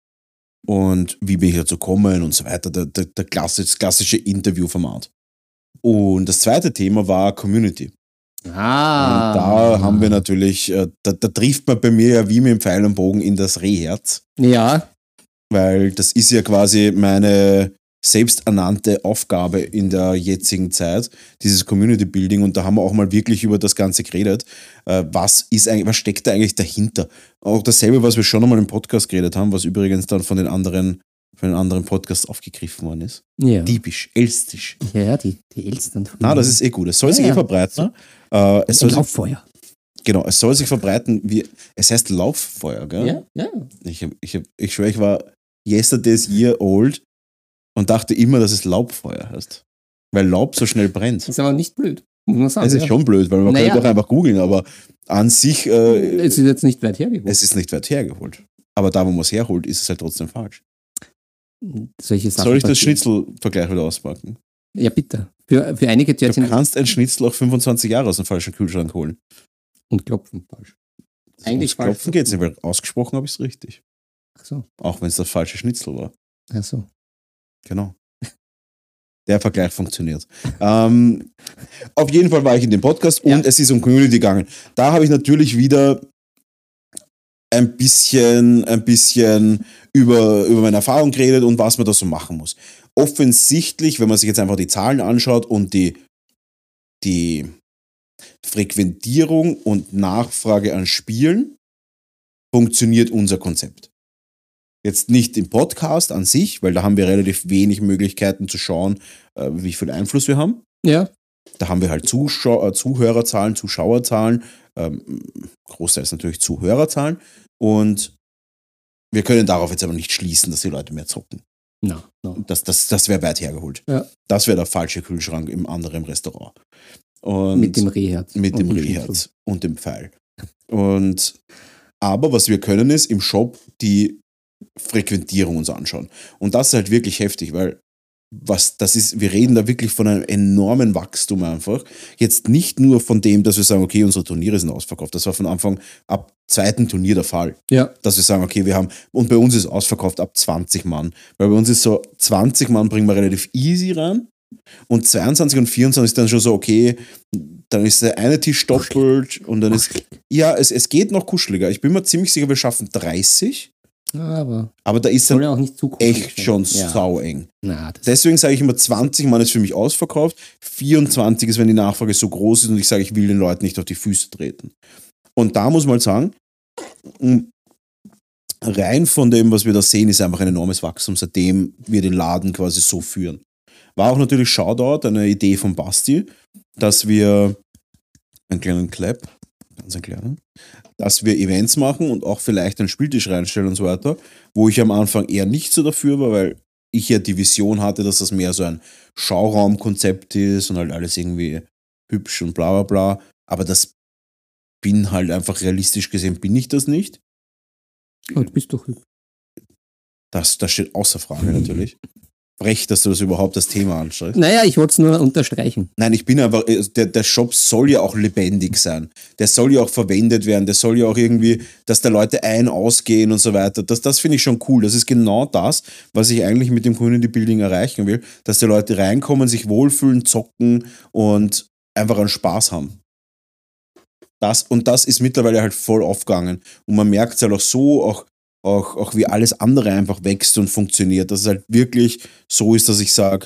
Und wie bin ich dazu gekommen und so weiter. Der, der, der klassische, das klassische Interviewformat. Und das zweite Thema war Community. Ah. Und da haben wir natürlich, äh, da, da trifft man bei mir ja wie mit dem Pfeil und Bogen in das Rehherz. Ja. Weil das ist ja quasi meine selbsternannte Aufgabe in der jetzigen Zeit, dieses Community Building. Und da haben wir auch mal wirklich über das Ganze geredet. Äh, was ist eigentlich, was steckt da eigentlich dahinter? Auch dasselbe, was wir schon einmal im Podcast geredet haben, was übrigens dann von den anderen, von den anderen Podcasts aufgegriffen worden ist. Ja. Diebisch, elstisch. Ja, ja, die, die Elstern. Na, das ist eh gut. Es soll Ja, sich ja. eh verbreiten. Äh, es soll Ein sich, Lauffeuer. genau, es soll sich verbreiten, wie, es heißt Lauffeuer, gell? Ja, ja. Ich, hab, ich, hab, ich schwöre, ich war yesterday's year old und dachte immer, dass es Laubfeuer heißt. Weil Laub so schnell brennt. Das ist aber nicht blöd, muss man sagen. Es ist ja. schon blöd, weil man Naja. kann doch einfach googeln, aber an sich, äh, Es ist jetzt nicht weit hergeholt. es ist nicht weit hergeholt. Aber da, wo man es herholt, ist es halt trotzdem falsch. Solche Sachen Soll ich das passieren. Schnitzelvergleich wieder auspacken? Ja, bitte. Für, für einige Du Törtchen kannst ein Schnitzel auch fünfundzwanzig Jahre aus dem falschen Kühlschrank holen. und klopfen falsch. Eigentlich Ums Klopfen falsch. geht es nicht, weil ausgesprochen habe ich es richtig. Ach so. Auch wenn es das falsche Schnitzel war. Ach so. Genau. Der Vergleich funktioniert. ähm, auf jeden Fall war ich in dem Podcast und Ja. es ist um Community gegangen. Da habe ich natürlich wieder ein bisschen, ein bisschen über, über meine Erfahrung geredet und was man da so machen muss. Offensichtlich, wenn man sich jetzt einfach die Zahlen anschaut und die, die Frequentierung und Nachfrage an Spielen, funktioniert unser Konzept. Jetzt nicht im Podcast an sich, weil da haben wir relativ wenig Möglichkeiten zu schauen, äh, wie viel Einfluss wir haben. Ja. Da haben wir halt Zuschau äh, Zuhörerzahlen, Zuschauerzahlen, ähm, großteils natürlich Zuhörerzahlen. Und wir können darauf jetzt aber nicht schließen, dass die Leute mehr zocken. No, no. Das, das, das wäre weit hergeholt. Ja. Das wäre der falsche Kühlschrank im anderen Restaurant. Und Mit dem Rehherz. mit und dem Schnitzel. Rehherz und dem Pfeil. Und aber was wir können ist im Shop die Frequentierung uns anschauen. Und das ist halt wirklich heftig, weil was das ist, wir reden da wirklich von einem enormen Wachstum einfach. Jetzt nicht nur von dem, dass wir sagen, okay, unsere Turniere sind ausverkauft. Das war von Anfang ab zweiten Turnier der Fall. Ja. Dass wir sagen, okay, wir haben, und bei uns ist ausverkauft ab zwanzig Mann. Weil bei uns ist so, zwanzig Mann bringen wir relativ easy rein. Und zweiundzwanzig und vierundzwanzig ist dann schon so, okay, dann ist der eine Tisch doppelt und dann ist, ja, es, es geht noch kuscheliger. Ich bin mir ziemlich sicher, wir schaffen dreißig, Aber aber da ist soll dann ja auch nicht zu kuschelig echt sein. schon ja. saueng. Na, das Deswegen sage ich immer, zwanzig Mann ist für mich ausverkauft, vierundzwanzig ist, wenn die Nachfrage so groß ist und ich sage, ich will den Leuten nicht auf die Füße treten. Und da muss man halt sagen, mh, rein von dem, was wir da sehen, ist einfach ein enormes Wachstum, seitdem wir den Laden quasi so führen. War auch natürlich Shoutout, eine Idee von Basti, dass wir einen kleinen Clap, ganz einen kleinen, dass wir Events machen und auch vielleicht einen Spieltisch reinstellen und so weiter, wo ich am Anfang eher nicht so dafür war, weil ich ja die Vision hatte, dass das mehr so ein Schauraumkonzept ist und halt alles irgendwie hübsch und bla bla bla. Aber das bin halt einfach realistisch gesehen, bin ich das nicht. oh, du bist doch hübsch. Das, das steht außer Frage natürlich. Frech, dass du das überhaupt das Thema anschaust. Naja, ich wollte es nur unterstreichen. Nein, ich bin einfach, der, der Shop soll ja auch lebendig sein. Der soll ja auch verwendet werden. Der soll ja auch irgendwie, dass da Leute ein-, ausgehen und so weiter. Das, das finde ich schon cool. Das ist genau das, was ich eigentlich mit dem Community Building erreichen will. Dass die Leute reinkommen, sich wohlfühlen, zocken und einfach einen Spaß haben. Das, und das ist mittlerweile halt voll aufgegangen. Und man merkt es halt auch so, auch Auch, auch wie alles andere einfach wächst und funktioniert. Dass es halt wirklich so ist, dass ich sage,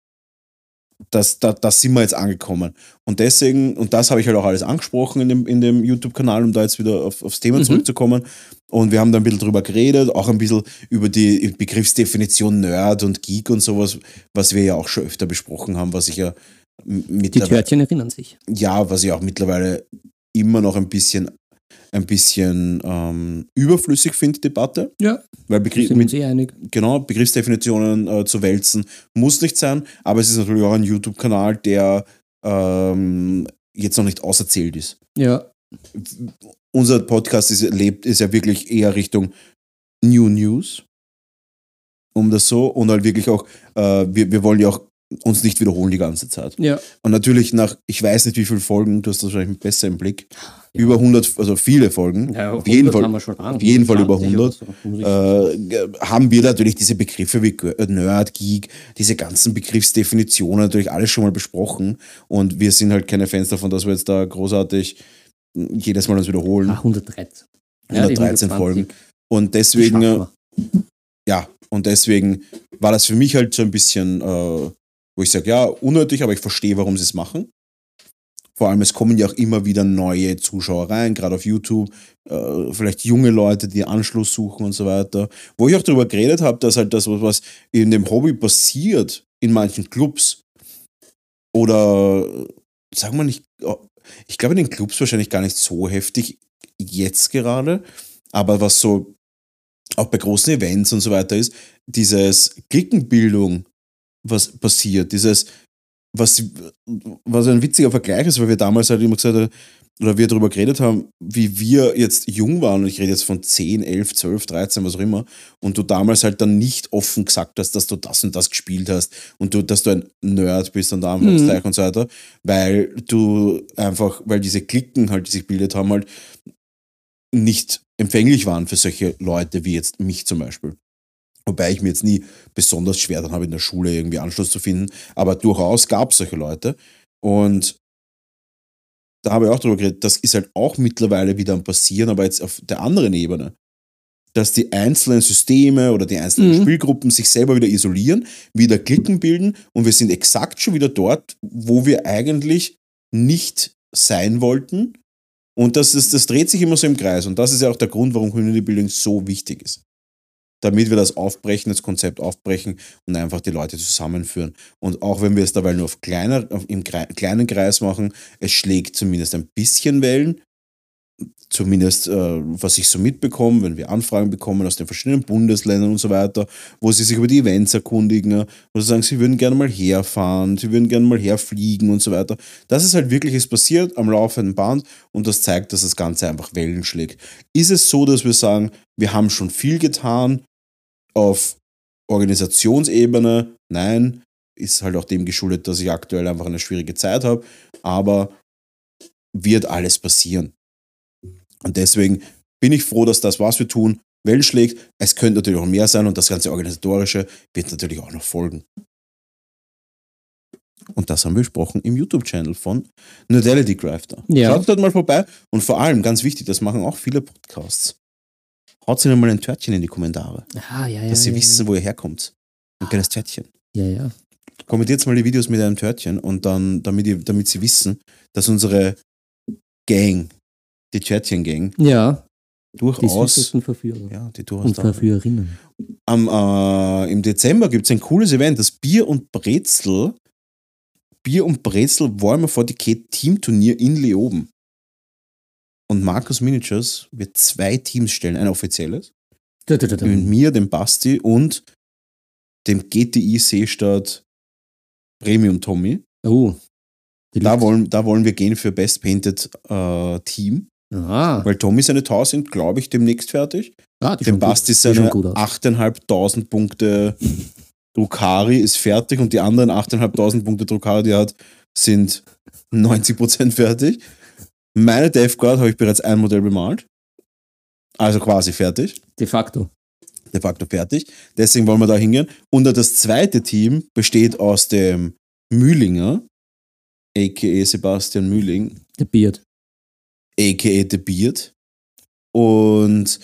dass, da, da sind wir jetzt angekommen. Und deswegen, und das habe ich halt auch alles angesprochen in dem, in dem YouTube-Kanal, um da jetzt wieder auf, aufs Thema Mhm. zurückzukommen. Und wir haben da ein bisschen drüber geredet, auch ein bisschen über die Begriffsdefinition Nerd und Geek und sowas, was wir ja auch schon öfter besprochen haben, was ich ja m- Die mittlerweile, Törtchen erinnern sich. ja, was ich auch mittlerweile immer noch ein bisschen ein bisschen ähm, überflüssig finde, die Debatte. Ja. Weil Wir Begriff, sind mit, uns eh einig. genau, Begriffsdefinitionen äh, zu wälzen muss nicht sein, aber es ist natürlich auch ein YouTube-Kanal, der ähm, jetzt noch nicht auserzählt ist. Ja. Unser Podcast ist, lebt, ist ja wirklich eher Richtung New News, um das so, und halt wirklich auch, äh, wir, wir wollen ja auch uns nicht wiederholen die ganze Zeit. Ja. Und natürlich nach, ich weiß nicht wie viele Folgen, du hast das wahrscheinlich besser im Blick, ja. über hundert, also viele Folgen, Ja, auf jeden Fall, haben wir schon an, auf jeden Fall über hundert, so, äh, haben wir natürlich diese Begriffe wie Nerd, Geek, diese ganzen Begriffsdefinitionen natürlich alles schon mal besprochen und wir sind halt keine Fans davon, dass wir jetzt da großartig jedes Mal uns wiederholen. Ah, hundertdreizehn. hundertdreizehn ja, Folgen. Und deswegen, ja, und deswegen war das für mich halt so ein bisschen, äh, wo ich sage, ja, unnötig, aber ich verstehe, warum sie es machen. Vor allem, es kommen ja auch immer wieder neue Zuschauer rein, gerade auf YouTube, äh, vielleicht junge Leute, die Anschluss suchen und so weiter. Wo ich auch darüber geredet habe, dass halt das, was in dem Hobby passiert, in manchen Clubs, oder sagen wir nicht, ich glaube in den Clubs wahrscheinlich gar nicht so heftig jetzt gerade, aber was so auch bei großen Events und so weiter ist, dieses Klickenbildung, was passiert, dieses, was, was ein witziger Vergleich ist, weil wir damals halt immer gesagt haben, oder wir darüber geredet haben, wie wir jetzt jung waren, und ich rede jetzt von zehn, elf, zwölf, dreizehn, was auch immer, und du damals halt dann nicht offen gesagt hast, dass du das und das gespielt hast und du, dass du ein Nerd bist und Anführungszeichen mhm. und so weiter, weil du einfach, weil diese Klicken halt, die sich gebildet haben, halt nicht empfänglich waren für solche Leute wie jetzt mich zum Beispiel. Wobei ich mir jetzt nie besonders schwer dann habe, in der Schule irgendwie Anschluss zu finden. Aber durchaus gab es solche Leute. Und da habe ich auch drüber geredet, das ist halt auch mittlerweile wieder am Passieren, aber jetzt auf der anderen Ebene. Dass die einzelnen Systeme oder die einzelnen mhm. Spielgruppen sich selber wieder isolieren, wieder Klicken bilden und wir sind exakt schon wieder dort, wo wir eigentlich nicht sein wollten. Und das, ist, das dreht sich immer so im Kreis. Und das ist ja auch der Grund, warum Community Building so wichtig ist. Damit wir das aufbrechen, das Konzept aufbrechen und einfach die Leute zusammenführen. Und auch wenn wir es dabei nur auf kleiner, auf, im kleinen Kreis machen, es schlägt zumindest ein bisschen Wellen. Zumindest, äh, was ich so mitbekomme, wenn wir Anfragen bekommen aus den verschiedenen Bundesländern und so weiter, wo sie sich über die Events erkundigen, wo sie sagen, sie würden gerne mal herfahren, sie würden gerne mal herfliegen und so weiter. Das ist halt wirklich, es passiert am laufenden Band und das zeigt, dass das Ganze einfach Wellen schlägt. Ist es so, dass wir sagen, wir haben schon viel getan auf Organisationsebene? Nein, ist halt auch dem geschuldet, dass ich aktuell einfach eine schwierige Zeit habe, aber wird alles passieren. Und deswegen bin ich froh, dass das, was wir tun, Wellen schlägt. Es könnte natürlich auch mehr sein und das ganze Organisatorische wird natürlich auch noch folgen. Und das haben wir besprochen im YouTube-Channel von Nerdality Crafter. Ja. Schaut dort mal vorbei und vor allem, ganz wichtig, das machen auch viele Podcasts. Haut ihnen mal ein Törtchen in die Kommentare, ah, ja, ja, dass sie ja, wissen, ja. wo ihr herkommt. Ein kleines Törtchen. Ja, ja. Kommentiert mal die Videos mit einem Törtchen und dann, damit, ihr, damit sie wissen, dass unsere Gang, die Törtchen-Gang, ja. durchaus. Die süßesten Verführer. Ja, die durchaus. Und Verführerinnen. Am, äh, Im Dezember gibt es ein cooles Event, das Bier und Brezel. Bier und Brezel Warhammer forty K Teamturnier in Leoben. Und Markus Miniatures wird zwei Teams stellen, ein offizielles. Da, da, da, da. Mit mir, dem Basti und dem G T I Seestadt Premium Tommy. Oh. Da wollen, da wollen wir gehen für Best Painted äh, Team. Aha. Weil Tommy seine Tau sind, glaube ich, demnächst fertig. Ah, dem Basti seine achttausendfünfhundert Punkte Drukhari ist fertig und die anderen achttausendfünfhundert Punkte Drukhari, die er hat, sind neunzig Prozent fertig. Meine Death Guard habe ich bereits ein Modell bemalt. Also quasi fertig. De facto. De facto fertig. Deswegen wollen wir da hingehen. Und das zweite Team besteht aus dem Mühlinger, a k a. Sebastian Mühling. The Beard. a k a. The Beard. Und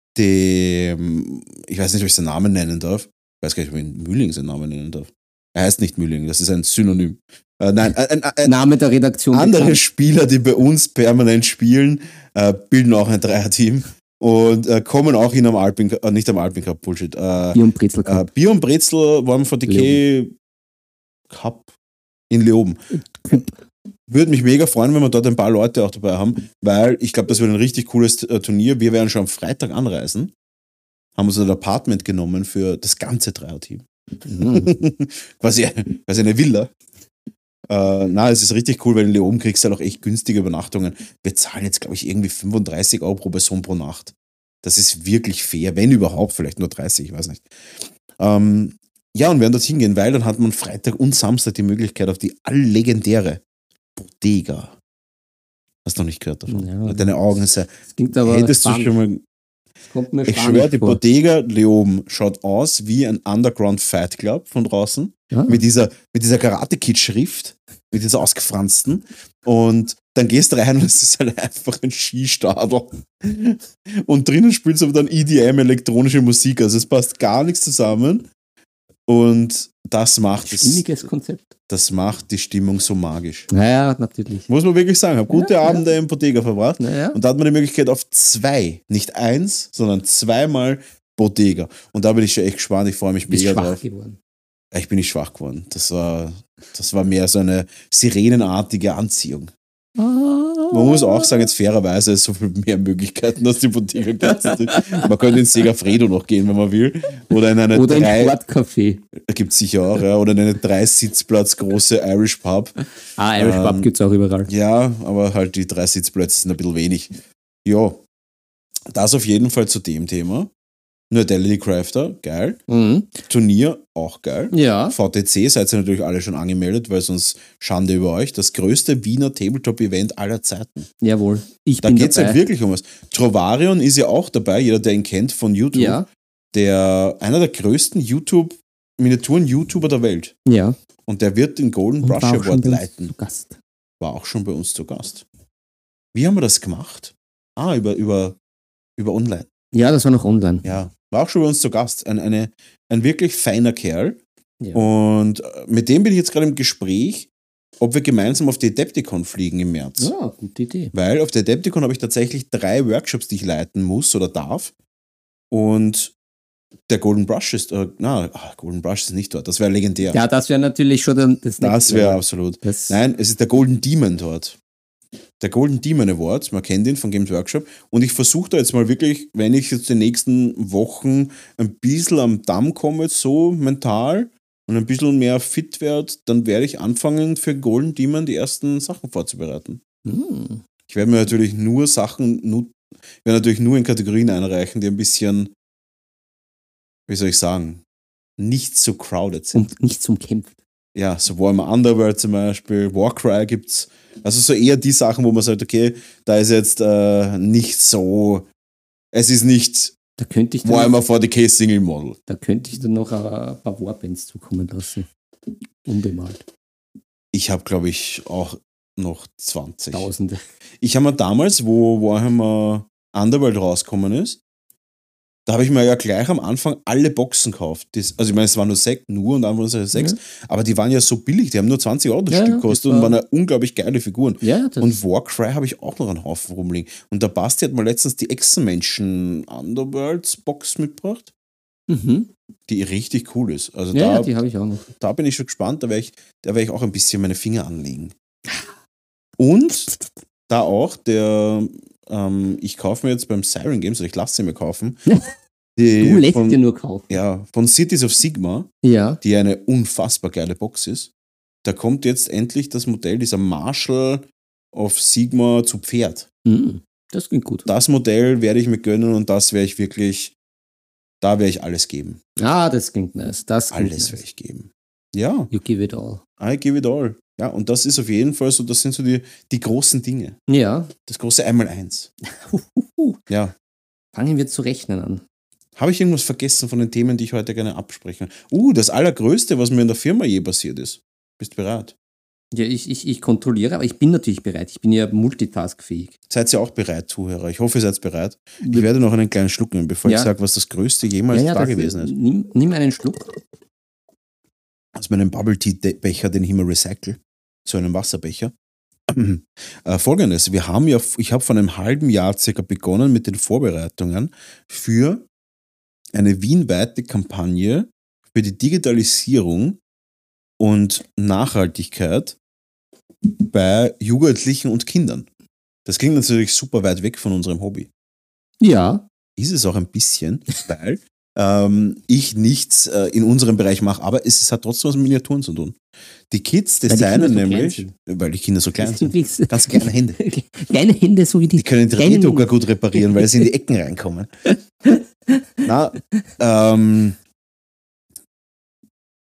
dem, ich weiß nicht, ob ich seinen Namen nennen darf. Ich weiß gar nicht, ob ich Mühling seinen Namen nennen darf. Er heißt nicht Mühling, das ist ein Synonym. Äh, nein, ein, ein, ein Name der Redaktion. Andere bekannt. Spieler, die bei uns permanent spielen, äh, bilden auch ein Dreierteam und äh, kommen auch in am Alpin, äh, nicht am Alpin Cup, Bullshit. Äh, Bier und Brezel Cup. Äh, Bier und Brezel Warhammer forty K Cup in Leoben. Würde mich mega freuen, wenn wir dort ein paar Leute auch dabei haben, weil ich glaube, das wird ein richtig cooles äh, Turnier. Wir werden schon am Freitag anreisen, haben uns ein Apartment genommen für das ganze Dreierteam. Mhm. quasi, quasi eine Villa. Äh, na, es ist richtig cool, weil in Leoben kriegst du halt auch echt günstige Übernachtungen. Wir zahlen jetzt, glaube ich, irgendwie fünfunddreißig Euro pro Person pro Nacht. Das ist wirklich fair, wenn überhaupt, vielleicht nur dreißig, ich weiß nicht. Ähm, Ja, und werden dorthin gehen, weil dann hat man Freitag und Samstag die Möglichkeit auf die alllegendäre Bodega. Hast du noch nicht gehört davon? Ja, Deine Augen sind. das klingt aber Hättest du spannend. schon mal. Kommt mir Ich spannend schwöre, die vor. Bodega Leoben schaut aus wie ein Underground Fight Club von draußen. Ja. Mit dieser, mit dieser Karate-Kid-Schrift, mit dieser ausgefransten. Und dann gehst du rein und es ist halt einfach ein Skistadel. Und drinnen spielst du aber dann E D M, elektronische Musik. Also es passt gar nichts zusammen. Und das macht, es, Stimmiges Konzept. das macht die Stimmung so magisch. Naja, natürlich. Muss man wirklich sagen. Ich habe gute Ja, Abende im Bodega verbracht. Naja. Und da hat man die Möglichkeit auf zwei, nicht eins, sondern zweimal Bodega. Und da bin ich schon echt gespannt. Ich freue mich Bist mega schwach drauf. geworden. Ich bin nicht schwach geworden. Das war, das war mehr so eine sirenenartige Anziehung. Man muss auch sagen, jetzt fairerweise ist so viel mehr Möglichkeiten, dass die Bodega gibt. Man könnte in Segafredo noch gehen, wenn man will. Oder in eine Oder drei, im Sportcafé. gibt es sicher auch, ja. Oder in eine drei Sitzplatz große Irish Pub. Ah, Irish Ähm, Pub gibt es auch überall. Ja, aber halt die drei Sitzplätze sind ein bisschen wenig. Ja, das auf jeden Fall zu dem Thema. Nur Delhi Crafter, geil. Mhm. Turnier, auch geil. Ja. V T C seid ihr natürlich alle schon angemeldet, weil sonst Schande über euch. Das größte Wiener Tabletop-Event aller Zeiten. Jawohl. Ich Da bin geht es dabei. halt wirklich um was. Trovarion ist ja auch dabei, jeder, der ihn kennt von YouTube. Ja. Der, einer der größten YouTube, Miniaturen-YouTuber der Welt. Ja. Und der wird den Golden Und Brush war auch schon Award bei uns leiten. zu Gast. War auch schon bei uns zu Gast. Wie haben wir das gemacht? Ah, über, über, über online. Ja, das war noch online. Ja, war auch schon bei uns zu Gast. Ein, eine, ein wirklich feiner Kerl. Ja. Und äh, mit dem bin ich jetzt gerade im Gespräch, ob wir gemeinsam auf die Adepticon fliegen im März. Ja, gute Idee. Weil auf der Adepticon habe ich tatsächlich drei Workshops, die ich leiten muss oder darf. Und der Golden Brush ist, äh, na, ach, Golden Brush ist nicht dort. Das wäre legendär. Ja, das wäre natürlich schon dann das das nächste wäre Level. absolut. Das, Nein, es ist der Golden Demon dort. Der Golden Demon Award, man kennt ihn von Games Workshop. Und ich versuche da jetzt mal wirklich, wenn ich jetzt die nächsten Wochen ein bisschen am Damm komme, so mental und ein bisschen mehr fit werde, dann werde ich anfangen, für Golden Demon die ersten Sachen vorzubereiten. Hm. Ich werde mir natürlich nur Sachen, nur, werde natürlich nur in Kategorien einreichen, die ein bisschen, wie soll ich sagen, nicht so crowded sind. Und nicht zum Kämpfen. Ja, so Warhammer Underworld zum Beispiel, Warcry gibt's. Also so eher die Sachen, wo man sagt, okay, da ist jetzt äh, nicht so, es ist nicht Da könnte ich dann, Warhammer forty K Single Model. da könnte ich dann noch ein paar Warbands zukommen lassen. Unbemalt. Ich habe, glaube ich, auch noch zwanzig. Tausende. Ich habe mir damals, wo Warhammer Underworld rausgekommen ist, da habe ich mir ja gleich am Anfang alle Boxen gekauft. Das, also ich meine, es waren nur sechs, nur und einfach nur sechs, Ja. aber die waren ja so billig, die haben nur zwanzig Euro das Ja, Stück ja, gekostet das und war- waren ja unglaublich geile Figuren. Ja, das Und Warcry habe ich auch noch einen Haufen rumliegen. Und der Basti hat mal letztens die Echsenmenschen Underworlds Box mitgebracht, mhm. die richtig cool ist. Also Ja, da, ja, die habe ich auch noch. da bin ich schon gespannt, da werde ich, da werde ich auch ein bisschen meine Finger anlegen. Und da auch der, ähm, ich kaufe mir jetzt beim Siren Games, oder ich lasse sie mir kaufen, die Du lässt von, dir nur kaufen. ja, von Cities of Sigma, Ja. die eine unfassbar geile Box ist. Da kommt jetzt endlich das Modell dieser Marshall of Sigma zu Pferd. Mhm. Das klingt gut. Das Modell werde ich mir gönnen und das werde ich wirklich, da werde ich alles geben. Ah, das klingt nice. Das klingt Alles werde nice. ich geben. Ja, You give it all. I give it all. Ja, und das ist auf jeden Fall so, das sind so die, die großen Dinge. Ja. Das große Einmaleins. Ja. Fangen wir zu rechnen an. Habe ich irgendwas vergessen von den Themen, die ich heute gerne absprechen? Uh, das Allergrößte, was mir in der Firma je passiert ist. Bist bereit? Ja, ich, ich, ich kontrolliere, aber ich bin natürlich bereit. Ich bin ja multitaskfähig. Seid ihr auch bereit, Zuhörer? Ich hoffe, ihr seid bereit. Ich werde noch einen kleinen Schluck nehmen, bevor Ja. ich sage, was das Größte jemals Ja, ja, da das- gewesen ist. Nimm, nimm einen Schluck. Aus meinem Bubble Tea Becher, den ich immer recycle. So einen Wasserbecher. äh, Folgendes, wir haben ja, ich habe vor einem halben Jahr circa begonnen mit den Vorbereitungen für eine wienweite Kampagne für die Digitalisierung und Nachhaltigkeit bei Jugendlichen und Kindern. Das klingt natürlich super weit weg von unserem Hobby. Ja. Ist es auch ein bisschen, weil ähm, ich nichts äh, in unserem Bereich mache, aber es hat trotzdem was mit Miniaturen zu tun. Die Kids Weil die designen Kinder so klein nämlich, sind. weil die Kinder so klein Das sind, sind ganz kleine Hände. kleine Hände, so wie die. Die können den kleinen- Drehdrucker gut reparieren, weil sie in die Ecken reinkommen. Na, ähm,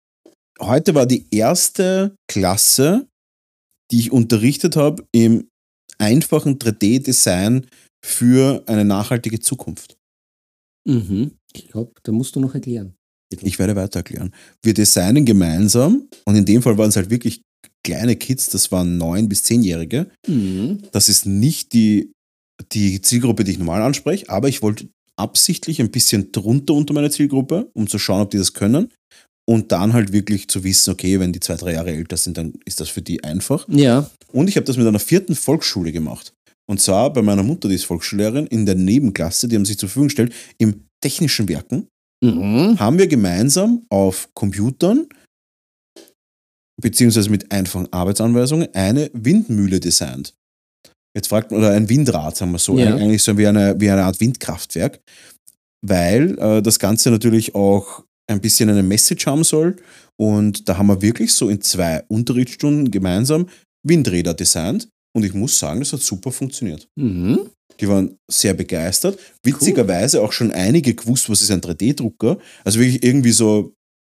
heute war die erste Klasse, die ich unterrichtet habe im einfachen drei D-Design für eine nachhaltige Zukunft. Mhm. Ich glaube, da musst du noch erklären. Ich werde weiter erklären. Wir designen gemeinsam und in dem Fall waren es halt wirklich kleine Kids, das waren neun- bis zehnjährige. Mhm. Das ist nicht die, die Zielgruppe, die ich normal anspreche, aber ich wollte absichtlich ein bisschen drunter unter meine Zielgruppe, um zu schauen, ob die das können. Und dann halt wirklich zu wissen, okay, wenn die zwei, drei Jahre älter sind, dann ist das für die einfach. Ja. Und ich habe das mit einer vierten Volksschule gemacht. Und zwar bei meiner Mutter, die ist Volksschullehrerin, in der Nebenklasse, die haben sich zur Verfügung gestellt, im technischen Werken, Mhm. haben wir gemeinsam auf Computern beziehungsweise mit einfachen Arbeitsanweisungen eine Windmühle designt. Jetzt fragt man, oder ein Windrad, sagen wir so, Ja. eigentlich so wie eine, wie eine Art Windkraftwerk, weil äh, das Ganze natürlich auch ein bisschen eine Message haben soll. Und da haben wir wirklich so in zwei Unterrichtsstunden gemeinsam Windräder designt. Und ich muss sagen, das hat super funktioniert. Mhm. Die waren sehr begeistert. Witzigerweise auch schon einige gewusst, was ist ein drei D-Drucker. Also wirklich irgendwie so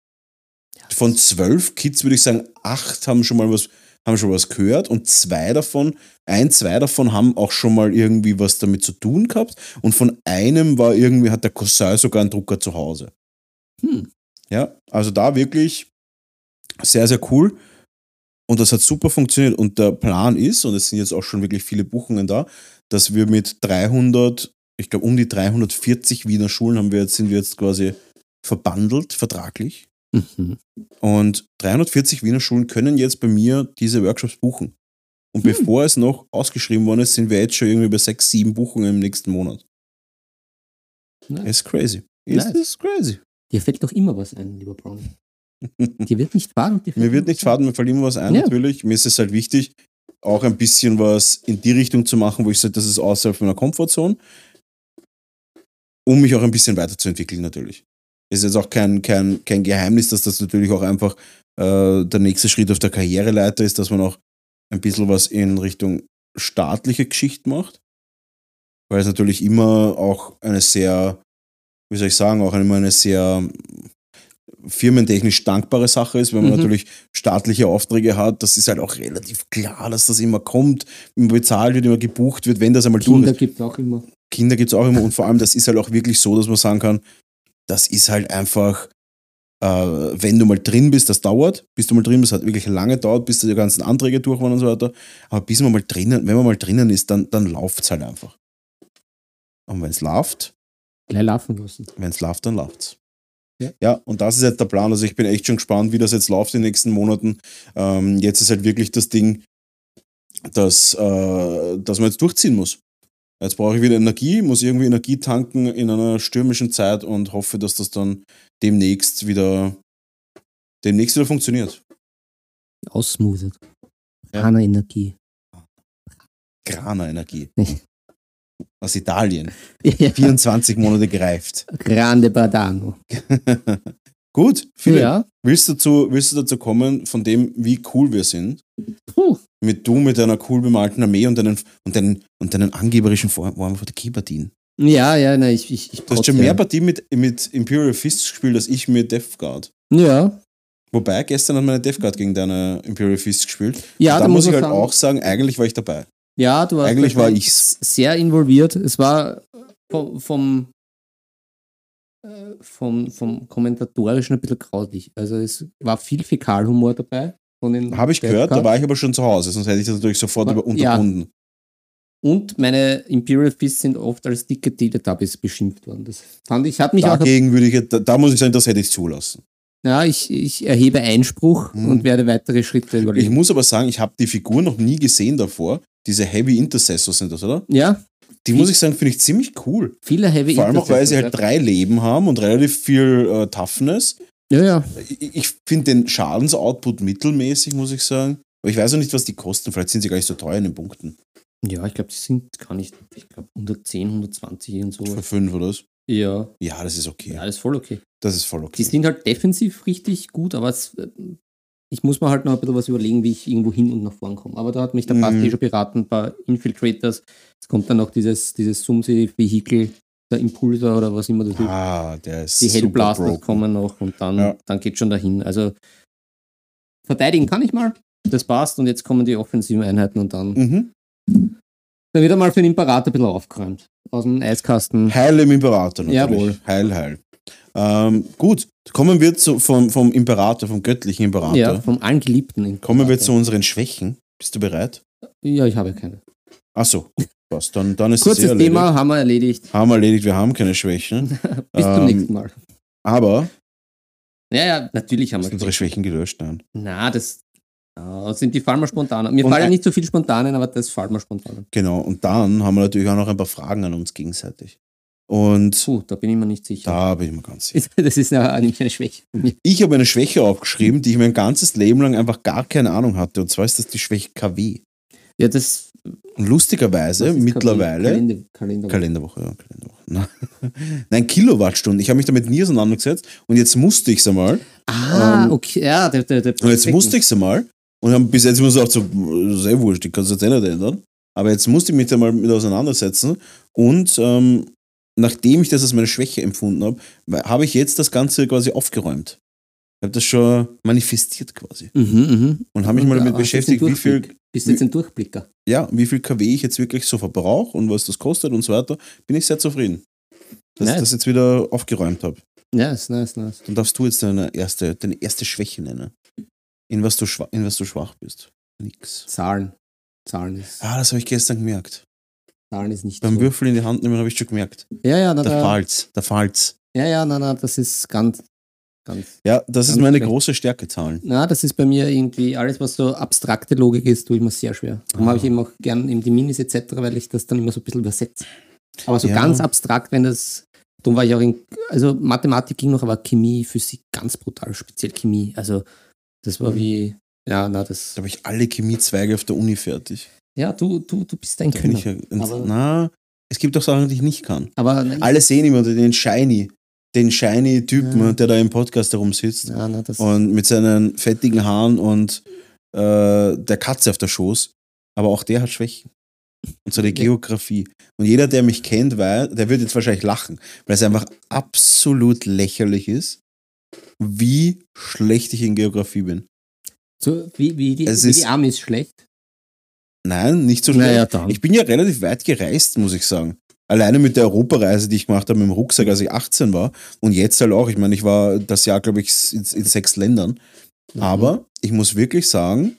von zwölf Kids würde ich sagen, acht haben schon mal was, haben schon was gehört und zwei davon, ein, zwei davon haben auch schon mal irgendwie was damit zu tun gehabt. Und von einem war irgendwie, hat der Cousin sogar einen Drucker zu Hause. Hm. Ja, also da wirklich sehr, sehr cool. Und das hat super funktioniert. Und der Plan ist, und es sind jetzt auch schon wirklich viele Buchungen da, dass wir mit dreihundert, ich glaube um die dreihundertvierzig Wiener Schulen haben wir jetzt, sind wir jetzt quasi verbandelt, vertraglich. Mhm. Und dreihundertvierzig Wiener Schulen können jetzt bei mir diese Workshops buchen. Und Hm. bevor es noch ausgeschrieben worden ist, sind wir jetzt schon irgendwie bei sechs, sieben Buchungen im nächsten Monat. Nice. Ist crazy. Ist Nice. das crazy. Dir fällt doch immer was ein, lieber Brownie. Dir wird nicht faden. Und dir fällt Mir wird immer nicht was ein. faden, mir fällt immer was ein, Ja. natürlich. Mir ist es halt wichtig, auch ein bisschen was in die Richtung zu machen, wo ich sage, das ist außerhalb meiner Komfortzone, um mich auch ein bisschen weiterzuentwickeln, natürlich. Es ist jetzt auch kein, kein, kein Geheimnis, dass das natürlich auch einfach äh, der nächste Schritt auf der Karriereleiter ist, dass man auch ein bisschen was in Richtung staatliche Geschichte macht, weil es natürlich immer auch eine sehr, wie soll ich sagen, auch immer eine sehr firmentechnisch dankbare Sache ist, wenn man Mhm. natürlich staatliche Aufträge hat. Das ist halt auch relativ klar, dass das immer kommt, immer bezahlt wird, immer gebucht wird, wenn das einmal durch Kinder ist. gibt es auch immer. Kinder gibt es auch immer und vor allem, das ist halt auch wirklich so, dass man sagen kann, das ist halt einfach, äh, wenn du mal drin bist, das dauert, bis du mal drin bist, hat wirklich lange dauert, bis die ganzen Anträge durch waren und so weiter, aber bis man mal drinnen, wenn man mal drinnen ist, dann, dann läuft es halt einfach. Und wenn es läuft, Gleich laufen lassen. wenn es läuft, dann läuft's. Ja. Ja, und das ist jetzt der Plan. Also ich bin echt schon gespannt, wie das jetzt läuft in den nächsten Monaten. Ähm, jetzt ist halt wirklich das Ding, dass, äh, dass man jetzt durchziehen muss. Jetzt brauche ich wieder Energie, muss irgendwie Energie tanken in einer stürmischen Zeit und hoffe, dass das dann demnächst wieder, demnächst wieder funktioniert. Aussmoothet. Ja. Keine Energie. Grana-Energie. Aus Italien. Ja. vierundzwanzig Monate gereift. Grande Badano. Gut, Philipp, Ja. willst, du dazu, willst du dazu kommen, von dem, wie cool wir sind? Puh. Mit du mit deiner cool bemalten Armee und deinen, und deinen, und deinen angeberischen Vorhaben von der Key-Partien. Ja, ja, nein, ich, ich, ich Du hast brauch's schon ja. mehr Partien mit, mit Imperial Fist gespielt, als ich mit Death Guard. Ja. Wobei, gestern hat meine Death Guard gegen deine Imperial Fist gespielt. Ja, und da da muss ich man halt sagen, auch sagen, eigentlich war ich dabei. Ja, du warst Eigentlich war da ich's. sehr involviert. Es war vom, vom, äh, vom, vom Kommentatorischen ein bisschen grauslich. Also es war viel Fäkalhumor dabei. Von den Habe ich Death gehört, da Guard. war ich aber schon zu Hause, sonst hätte ich das natürlich sofort War- über unterbunden. Und meine Imperial Fists sind oft als dicke Teletubbies beschimpft worden. Das fand ich, hat mich auch. Dagegen würde ich, jetzt- da, da muss ich sagen, das hätte ich zulassen. Ja, ich, ich erhebe Einspruch Hm. und werde weitere Schritte Ich überlegen. muss aber sagen, ich habe die Figur noch nie gesehen davor. Diese Heavy Intercessors sind das, oder? Ja, Die muss ich sagen, finde ich ziemlich cool. viele Heavy Vor allem auch, weil sie halt Intercessors, drei Leben haben und relativ viel äh, Toughness. Ja, ja. Ich, ich finde den Schadensoutput mittelmäßig, muss ich sagen. Aber ich weiß auch nicht, was die kosten. Vielleicht sind sie gar nicht so teuer in den Punkten. Ja, ich glaube, die sind gar nicht, ich glaube hundertzehn, hundertzwanzig und so. Für fünf oder was? Ja, Ja, das ist okay. ja, das ist voll okay. Das ist voll Die okay. sind halt defensiv richtig gut, aber es, äh, ich muss mir halt noch ein bisschen was überlegen, wie ich irgendwo hin und nach vorn komme. Aber da hat mich der Mhm. Basti schon beraten, ein paar Infiltrators. Es kommt dann noch dieses, dieses Sumsi-Vehikel, der Impulsor oder was immer das ist. Ah, der ist Die super Hellblasters broken. kommen noch und dann, Ja. dann geht schon dahin. Also verteidigen kann ich mal. Das passt und jetzt kommen die offensiven Einheiten und dann, Mhm. dann wird er mal für den Imperator ein bisschen aufgeräumt. Aus dem Eiskasten. Heil im Imperator natürlich. Jawohl. Heil, heil. Ähm, gut, kommen wir zu, vom, vom Imperator, vom göttlichen Imperator. Ja, vom allen Geliebten Imperator. Kommen wir zu unseren Schwächen. Bist du bereit? Ja, ich habe keine. Achso, gut, passt. Dann, dann ist Kurzes das eh erledigt. Thema, haben wir erledigt. Haben wir erledigt, wir haben keine Schwächen. Bis zum Ähm, nächsten Mal. Aber Ja, ja, natürlich haben sind wir. unsere Schwächen gelöscht? Nein. Na, das, ja, das sind die fallen mir spontan an. Mir Und fallen ein- nicht so viel spontanen, aber das fallen mir spontan an. Genau, und dann haben wir natürlich auch noch ein paar Fragen an uns gegenseitig. Und Puh, da bin ich mir nicht sicher. da bin ich mir ganz sicher. Das ist ja nämlich eine Schwäche von mir. Ich habe eine Schwäche aufgeschrieben, die ich mein ganzes Leben lang einfach gar keine Ahnung hatte. Und zwar ist das die Schwäche K W. Ja, das. Und lustigerweise das ist mittlerweile. Kalender, Kalender, Kalenderwoche, ja, Kalenderwoche. Nein. Nein, Kilowattstunden. Ich habe mich damit nie auseinandergesetzt und jetzt musste ich es einmal. Ah, Ähm, okay. Ja, der, der, der Und jetzt musste ich es einmal. Und dann bis jetzt muss ich auch so, sehr wurscht, ich kann es jetzt eh nicht ändern. Aber jetzt musste ich mich da mal mit auseinandersetzen. Und ähm, nachdem ich das als meine Schwäche empfunden habe, habe ich jetzt das Ganze quasi aufgeräumt. Ich habe das schon manifestiert quasi. Mhm, mhm. Und habe mich mal damit Ja, hast jetzt beschäftigt, den wie viel, Durchblick. Bist jetzt ein Durchblicker. ja, wie viel K W ich jetzt wirklich so verbrauche und was das kostet und so weiter. Bin ich sehr zufrieden, dass ich Nice. das jetzt wieder aufgeräumt habe. Nice, nice, nice. Dann darfst du jetzt deine erste, deine erste Schwäche nennen. In was du, schwa in was du schwach bist. Nix. Zahlen. Zahlen ist, Ah, das habe ich gestern gemerkt. Zahlen ist nicht Beim so. Würfel in die Hand nehmen habe ich schon gemerkt. Ja, ja, na, Der da, Falz, der Falz. ja, ja, na, na, das ist ganz, ganz. Ja, das ist Ganz meine schlecht. große Stärke, Zahlen. Na, das ist bei mir irgendwie, alles was so abstrakte Logik ist, tue ich mir sehr schwer. Darum habe ich eben auch gern eben die Minis et cetera, weil ich das dann immer so ein bisschen übersetze. Aber so Ja. ganz abstrakt, wenn das, darum war ich auch in, also Mathematik ging noch, aber Chemie, Physik ganz brutal, speziell Chemie. Also das war wie, ja, na, das, Da habe ich alle Chemiezweige auf der Uni fertig. ja, du, du, du bist ein Da bin Könner. ich ja, und, Aber- na, es gibt auch Sachen, die ich nicht kann. Aber Alle sehen immer den Shiny, den Shiny-Typen, Ja. der da im Podcast herumsitzt. ja, na, das, Und mit seinen fettigen Haaren und äh, der Katze auf der Schoß. Aber auch der hat Schwächen. Und so die Geografie. Und jeder, der mich kennt, weiß, der wird jetzt wahrscheinlich lachen, weil es einfach absolut lächerlich ist, wie schlecht ich in Geografie bin. so, wie, wie, die, Es wie ist- die Amis schlecht. Nein, nicht so schlecht. Naja, dann. Ich bin ja relativ weit gereist, muss ich sagen. Alleine mit der Europareise, die ich gemacht habe mit dem Rucksack, als ich achtzehn war. Und jetzt halt auch. Ich meine, ich war das Jahr, glaube ich, in, in sechs Ländern. Mhm. Aber ich muss wirklich sagen,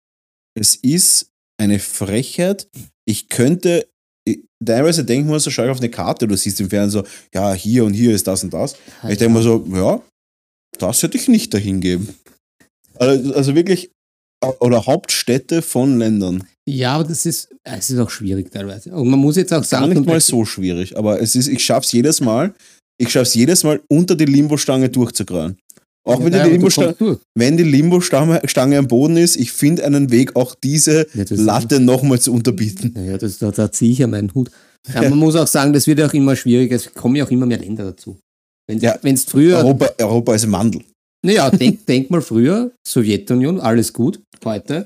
es ist eine Frechheit. Ich könnte, ich, teilweise denken wir so, schau ich auf eine Karte, du siehst im Fernsehen so, ja, hier und hier ist das und das. Ah, Ich denke mir so, ja, das hätte ich nicht dahin geben. Also, also wirklich, oder Hauptstädte von Ländern. Ja, aber das ist, es ist auch schwierig teilweise. Und man muss jetzt auch Gar sagen, nicht zum mal Beispiel- so schwierig, aber es ist, ich schaff's jedes Mal, ich schaff's jedes Mal, unter die Limbo-Stange durchzugreifen. Auch Ja, wenn, ja, die aber du Limbo-Stange, kommst durch. wenn die Limbo-Stange Stange am Boden ist, ich finde einen Weg, auch diese Ja, das- Latte nochmal zu unterbieten. Naja, das, da, da ziehe ich ja meinen Hut. Ja, man muss auch sagen, das wird ja auch immer schwieriger. Es kommen ja auch immer mehr Länder dazu. Wenn Ja. es früher, Europa, Europa ist ein Mandel. naja, denk, denk mal früher, Sowjetunion, alles gut. Heute,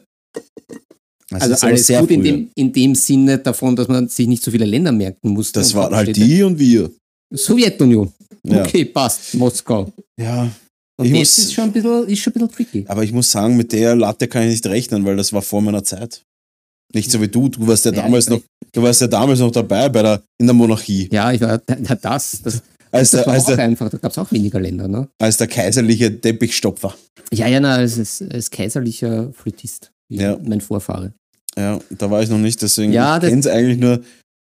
Das also ist aber alles sehr gut in früher. dem, in dem Sinne davon, dass man sich nicht so viele Länder merken musste. Das und waren halt Hauptstädte. die und wir. Sowjetunion. Ja. Okay, passt. Moskau. Ja, Und Ich das muss- ist schon ein bisschen, ist schon ein bisschen tricky. aber ich muss sagen, mit der Latte kann ich nicht rechnen, weil das war vor meiner Zeit. Nicht so wie du, du warst ja Ja, damals ich- noch, du warst ja damals noch dabei bei der, in der Monarchie. Ja, ich war, na, das, das, Als das der, war als auch der, einfach, da gab es auch weniger Länder, ne? als der kaiserliche Teppichstopfer. Ja, ja, na, als, als, als kaiserlicher Flötist, wie Ja. mein Vorfahre. Ja, da war ich noch nicht, deswegen Ja, ich das- kenne es eigentlich nur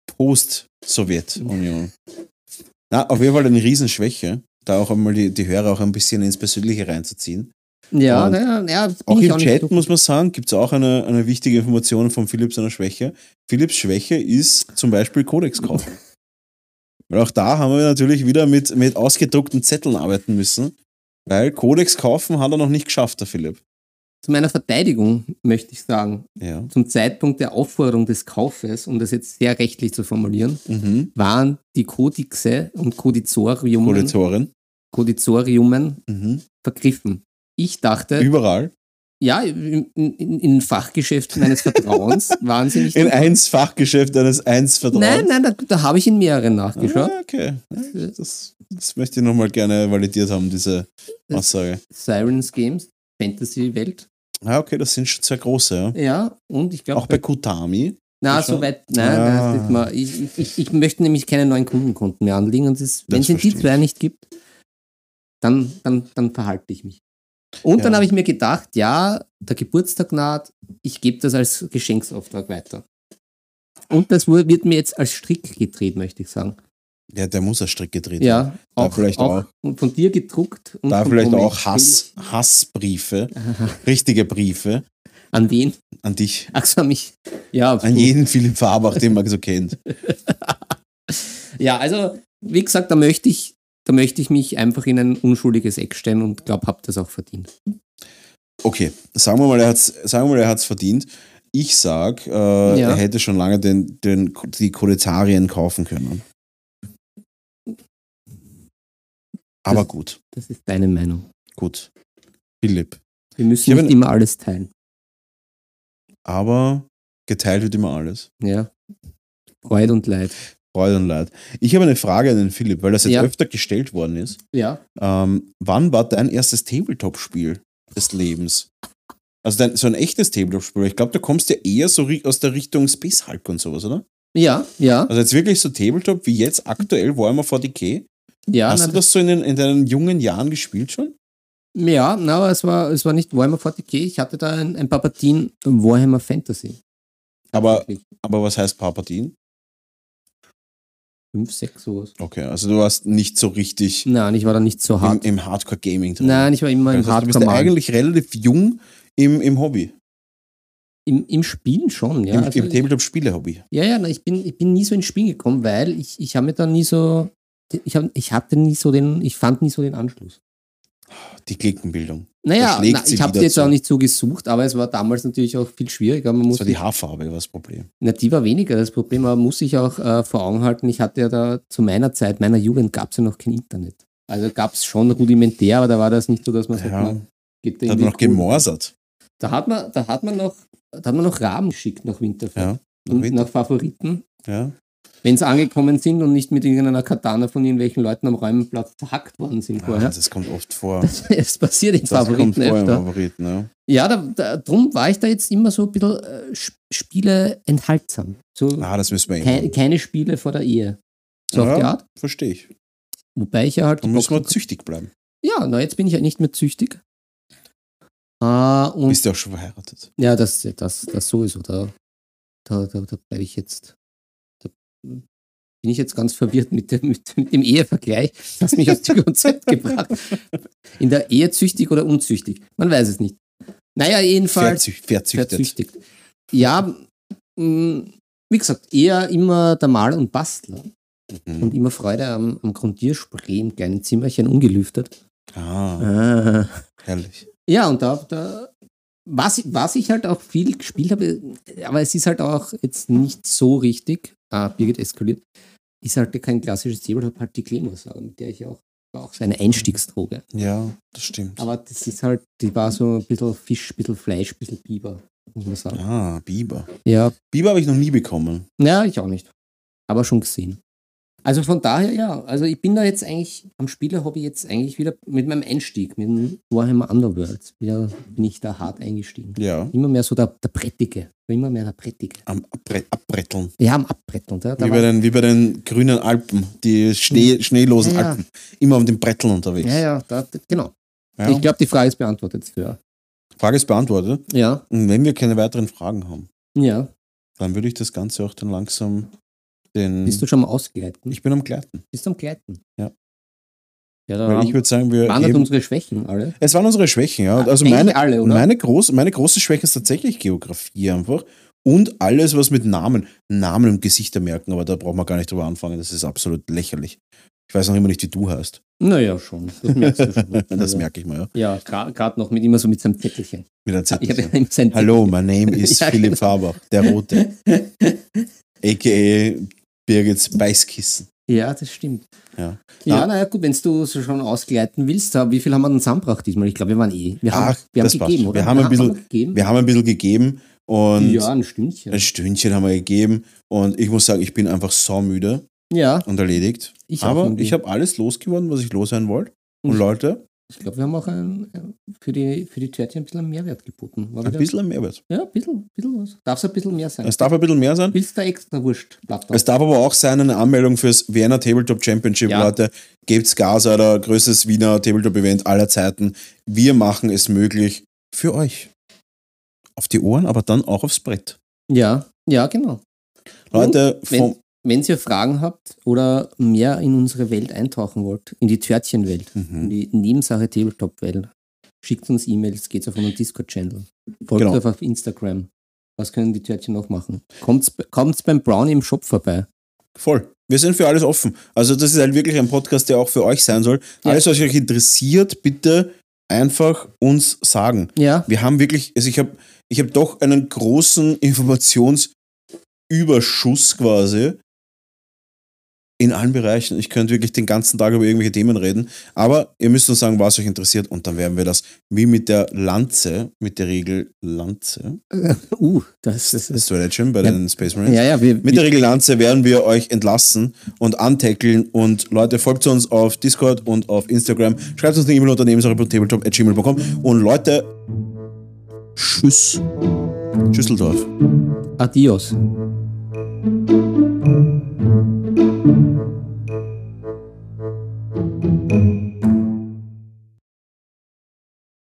Post-Sowjetunion. Na, auf jeden Fall eine Riesenschwäche, da auch einmal die, die Hörer auch ein bisschen ins Persönliche reinzuziehen. Ja, Und naja, ja, bin Auch ich im auch nicht Chat, so- muss man sagen, gibt es auch eine, eine wichtige Information von Philipp seiner Schwäche. Philipps Schwäche ist zum Beispiel Codex kaufen. Weil auch da haben wir natürlich wieder mit, mit ausgedruckten Zetteln arbeiten müssen, weil Codex kaufen hat er noch nicht geschafft, der Philipp. Zu meiner Verteidigung möchte ich sagen, Ja. zum Zeitpunkt der Aufforderung des Kaufes, um das jetzt sehr rechtlich zu formulieren, Mhm. waren die Kodixe und Kodizoriumen, Kodizioren. Kodizoriumen Mhm. vergriffen. Ich dachte, Überall. ja, in, in, in Fachgeschäften meines Vertrauens waren sie nicht. In eins Fachgeschäft eines eins Vertrauens. Nein, nein, da, da habe ich in mehreren nachgeschaut. Ah, okay. Ja, Das, das möchte ich nochmal gerne validiert haben, diese Aussage. Sirens Games, Fantasy-Welt. Ah, okay, das sind schon sehr große, ja. Ja, und ich glaube. Auch bei Kutami. Na, schon? so weit, nein, Ja. das ist mal, ich, ich, ich möchte nämlich keine neuen Kundenkonten mehr anlegen und das, wenn es verstehe die zwei nicht gibt, dann, dann, dann verhalte ich mich. Und dann Ja. habe ich mir gedacht, ja, der Geburtstag naht, ich gebe das als Geschenksauftrag weiter. Und das wu- wird mir jetzt als Strick gedreht, möchte ich sagen. Ja, der muss ein Strick gedreht Ja, werden. Da auch, vielleicht auch, und von dir gedruckt. Und Da von vielleicht Tommy. auch Hass, Hassbriefe, richtige Briefe An wen? an dich. Ach so, an mich. Ja, An jeden Philipp Farbach, den man so kennt. ja, also, wie gesagt, da möchte ich, da möchte ich mich einfach in ein unschuldiges Eck stellen und glaube, habe das auch verdient. Okay, sagen wir mal, er hat's, sagen wir mal, er hat es verdient. Ich sag, äh, Ja. er hätte schon lange den, den, die Koletarien kaufen können. Aber Das- gut, Das ist deine Meinung. gut. Philipp. Wir müssen Ich habe nicht ein- immer alles teilen. Aber geteilt wird immer alles. Ja. Freude und Leid. Freude und Leid. Ich habe eine Frage an den Philipp, weil das jetzt Ja. öfter gestellt worden ist. Ja. Ähm, wann war dein erstes Tabletop-Spiel des Lebens? Also dein, so ein echtes Tabletop-Spiel. Ich glaube, da kommst du ja eher so ri- aus der Richtung Space Hulk und sowas, oder? Ja, ja, Also jetzt wirklich so Tabletop wie jetzt aktuell Warhammer forty K. ja. Hast na, du das so in, den, in deinen jungen Jahren gespielt schon? Ja, na, aber es war, es war nicht Warhammer forty K. Ich hatte da ein, ein paar Partien Warhammer Fantasy. Aber, Wirklich. aber was heißt Palpatine? Fünf, sechs, sowas. Okay, also du warst nicht so richtig Nein, ich war da nicht so im, hart. im Hardcore-Gaming drin. Nein, ich war immer im Das heißt, du bist Hardcore. ja eigentlich relativ jung im, im Hobby, Im, Im Spielen schon, ja. im, Also im Tabletop-Spiele-Hobby. Ja, ja, na, ich bin, ich bin nie so ins Spiel gekommen, weil ich, ich habe mir da nie so, ich, hab, ich hatte nie so den, ich fand nie so den Anschluss. Die Klickenbildung. Naja, Da schlägt na, sie ich habe wieder die jetzt zu. auch nicht so gesucht, aber es war damals natürlich auch viel schwieriger. Man muss Das war die Haarfarbe, war das Problem. na, die war weniger das Problem, aber man muss sich auch äh, vor Augen halten, ich hatte ja da zu meiner Zeit, meiner Jugend, gab es ja noch kein Internet. Also gab es schon rudimentär, aber da war das nicht so, dass man sagt, Ja, man geht Da hat man noch gemorsert. Da hat man, da hat man noch, da hat man noch Raben geschickt nach Winterfell. Ja, nach und Winter- nach Favoriten. Ja. Wenn sie angekommen sind und nicht mit irgendeiner Katana von irgendwelchen Leuten am Räumenplatz zerhackt worden sind Ah, vorher. das kommt oft vor. Es passiert in Das kommt Favoriten vor im öfter. Favoriten, ja. Ja, da, da, drum war ich da jetzt immer so ein bisschen äh, Sp- Spiele enthaltsam. So Ah, das müssen wir kei- ändern. keine Spiele vor der Ehe. So auf die Ja, Art. verstehe ich. Wobei ich ja halt. Da müssen wir Bock- züchtig bleiben. ja, na, jetzt bin ich ja nicht mehr züchtig. Ah, Du und bist ja auch schon verheiratet. ja, das, das, das sowieso. Da, da, da, da bleibe ich jetzt. Da bin ich jetzt ganz verwirrt mit dem, mit, mit dem Ehevergleich. Das hat mich aus dem Konzept gebracht. In der Ehe züchtig oder unzüchtig? Man weiß es nicht. Naja, jedenfalls. Verzüch, verzüchtet. Verzüchtigt. Ja, mh, wie gesagt, eher immer der Maler und Bastler Mhm. und immer Freude am, am Grundierspray im kleinen Zimmerchen ungelüftet. Ah, Ah. herrlich. Ja, und da, da was, was ich halt auch viel gespielt habe, aber es ist halt auch jetzt nicht so richtig, ah, Birgit eskaliert, ist halt kein klassisches Tabletop, halt die Claymore-Saga, mit der ich auch, war auch so eine Einstiegsdroge. Ja, das stimmt. Aber das ist halt, die war so ein bisschen Fisch, ein bisschen Fleisch, ein bisschen Biber, muss man sagen. Ah, Biber. Ja, Biber habe ich noch nie bekommen. ja, ich auch nicht. Aber schon gesehen. Also von daher, ja, also ich bin da jetzt eigentlich am Spielerhobby jetzt eigentlich wieder mit meinem Einstieg, mit dem Warhammer Underworld, wieder bin ich da hart eingestiegen. Ja. Immer mehr so der, der Brettige, immer mehr der Brettige. Am Abbre Abbretteln. Ja, am Abbretteln. Da, da Wie war, bei, den, wie bei den grünen Alpen, die Schnee, schneelosen Ja, ja. Alpen. Immer auf den Bretteln unterwegs. ja, ja, da, genau. Ja. Ich glaube, die Frage ist beantwortet. Ja. Frage ist beantwortet. Ja, Und wenn wir keine weiteren Fragen haben, ja. dann würde ich das Ganze auch dann langsam den. Bist du schon mal ausgleiten? Ich bin am Gleiten. Bist du am Gleiten? Ja. Ja, da Weil haben, ich würde sagen, wir. waren das heben- unsere Schwächen alle. Es waren unsere Schwächen, ja. Also Eigentlich meine, alle, oder? meine, groß, meine große Schwäche ist tatsächlich Geografie einfach. Und alles, was mit Namen, Namen und Gesichter merken, aber da braucht man gar nicht drüber anfangen. Das ist absolut lächerlich. Ich weiß noch immer nicht, wie du heißt. Naja, schon. Das merkst du schon. Das Also, merke ich mal, ja. ja, gerade noch mit immer so mit seinem Zettelchen. Mit einem Ich habe Zettel. ja immer sein Hallo, mein Name ist Ja, Philipp genau. Farbach, der Rote. A K A Birgits Beißkissen. Ja, das stimmt. Ja. Ja, Ah. naja, gut, wenn du so schon ausgleiten willst, da, wie viel haben wir denn zusammengebracht diesmal? Ich glaube, wir waren eh. Wir haben, Ach, wir haben das passt gegeben, schon. oder? Wir haben ein bisschen- noch gegeben. Wir haben ein bisschen gegeben und ja, ein Stündchen. ein Stündchen haben wir gegeben und ich muss sagen, ich bin einfach saumüde Ja, und erledigt. ich auch Aber irgendwie. ich habe alles losgeworden, was ich loswerden wollte. Und Mhm. Leute, Ich glaube, wir haben auch ein, für, die, für die Törtchen ein bisschen Mehrwert geboten. War Ein wieder- bisschen Mehrwert. Ja, ein bisschen, bisschen was. Darf es ein bisschen mehr sein? Es darf ein bisschen mehr sein. Willst du da extra Wurst? Es darf aber auch sein, eine Anmeldung fürs Vienna Tabletop Championship, Ja. Leute. Gebt's Gas, Alter, größtes Wiener Tabletop-Event aller Zeiten. Wir machen es möglich für euch. Auf die Ohren, aber dann auch aufs Brett. Ja, ja, genau. Leute, wenn, vom, wenn ihr Fragen habt oder mehr in unsere Welt eintauchen wollt, in die Törtchenwelt, in mhm. die Nebensache Tabletop-Welt, schickt uns E-Mails, geht auf unseren Discord-Channel. Folgt Genau. uns auf Instagram. Was können die Törtchen noch machen? Kommt kommt's beim Brownie im Shop vorbei. Voll. Wir sind für alles offen. Also das ist halt wirklich ein Podcast, der auch für euch sein soll. Ja. Alles, was euch interessiert, bitte einfach uns sagen. Ja, Wir haben wirklich, also ich habe ich hab doch einen großen Informationsüberschuss quasi in allen Bereichen. Ich könnte wirklich den ganzen Tag über irgendwelche Themen reden, aber ihr müsst uns sagen, was euch interessiert und dann werden wir das wie mit der Lanze, mit der Regel Lanze, uh, das, das das ist. war jetzt schon bei Ja. den Space Marines. Ja, ja, wir, Mit der Regel Lanze werden wir euch entlassen und antackeln. Und Leute, folgt uns auf Discord und auf Instagram. Schreibt uns eine E-Mail unter nebensache.tabletop at gmail punkt com. Und Leute, tschüss. Schüsseldorf. Adios. Thank you.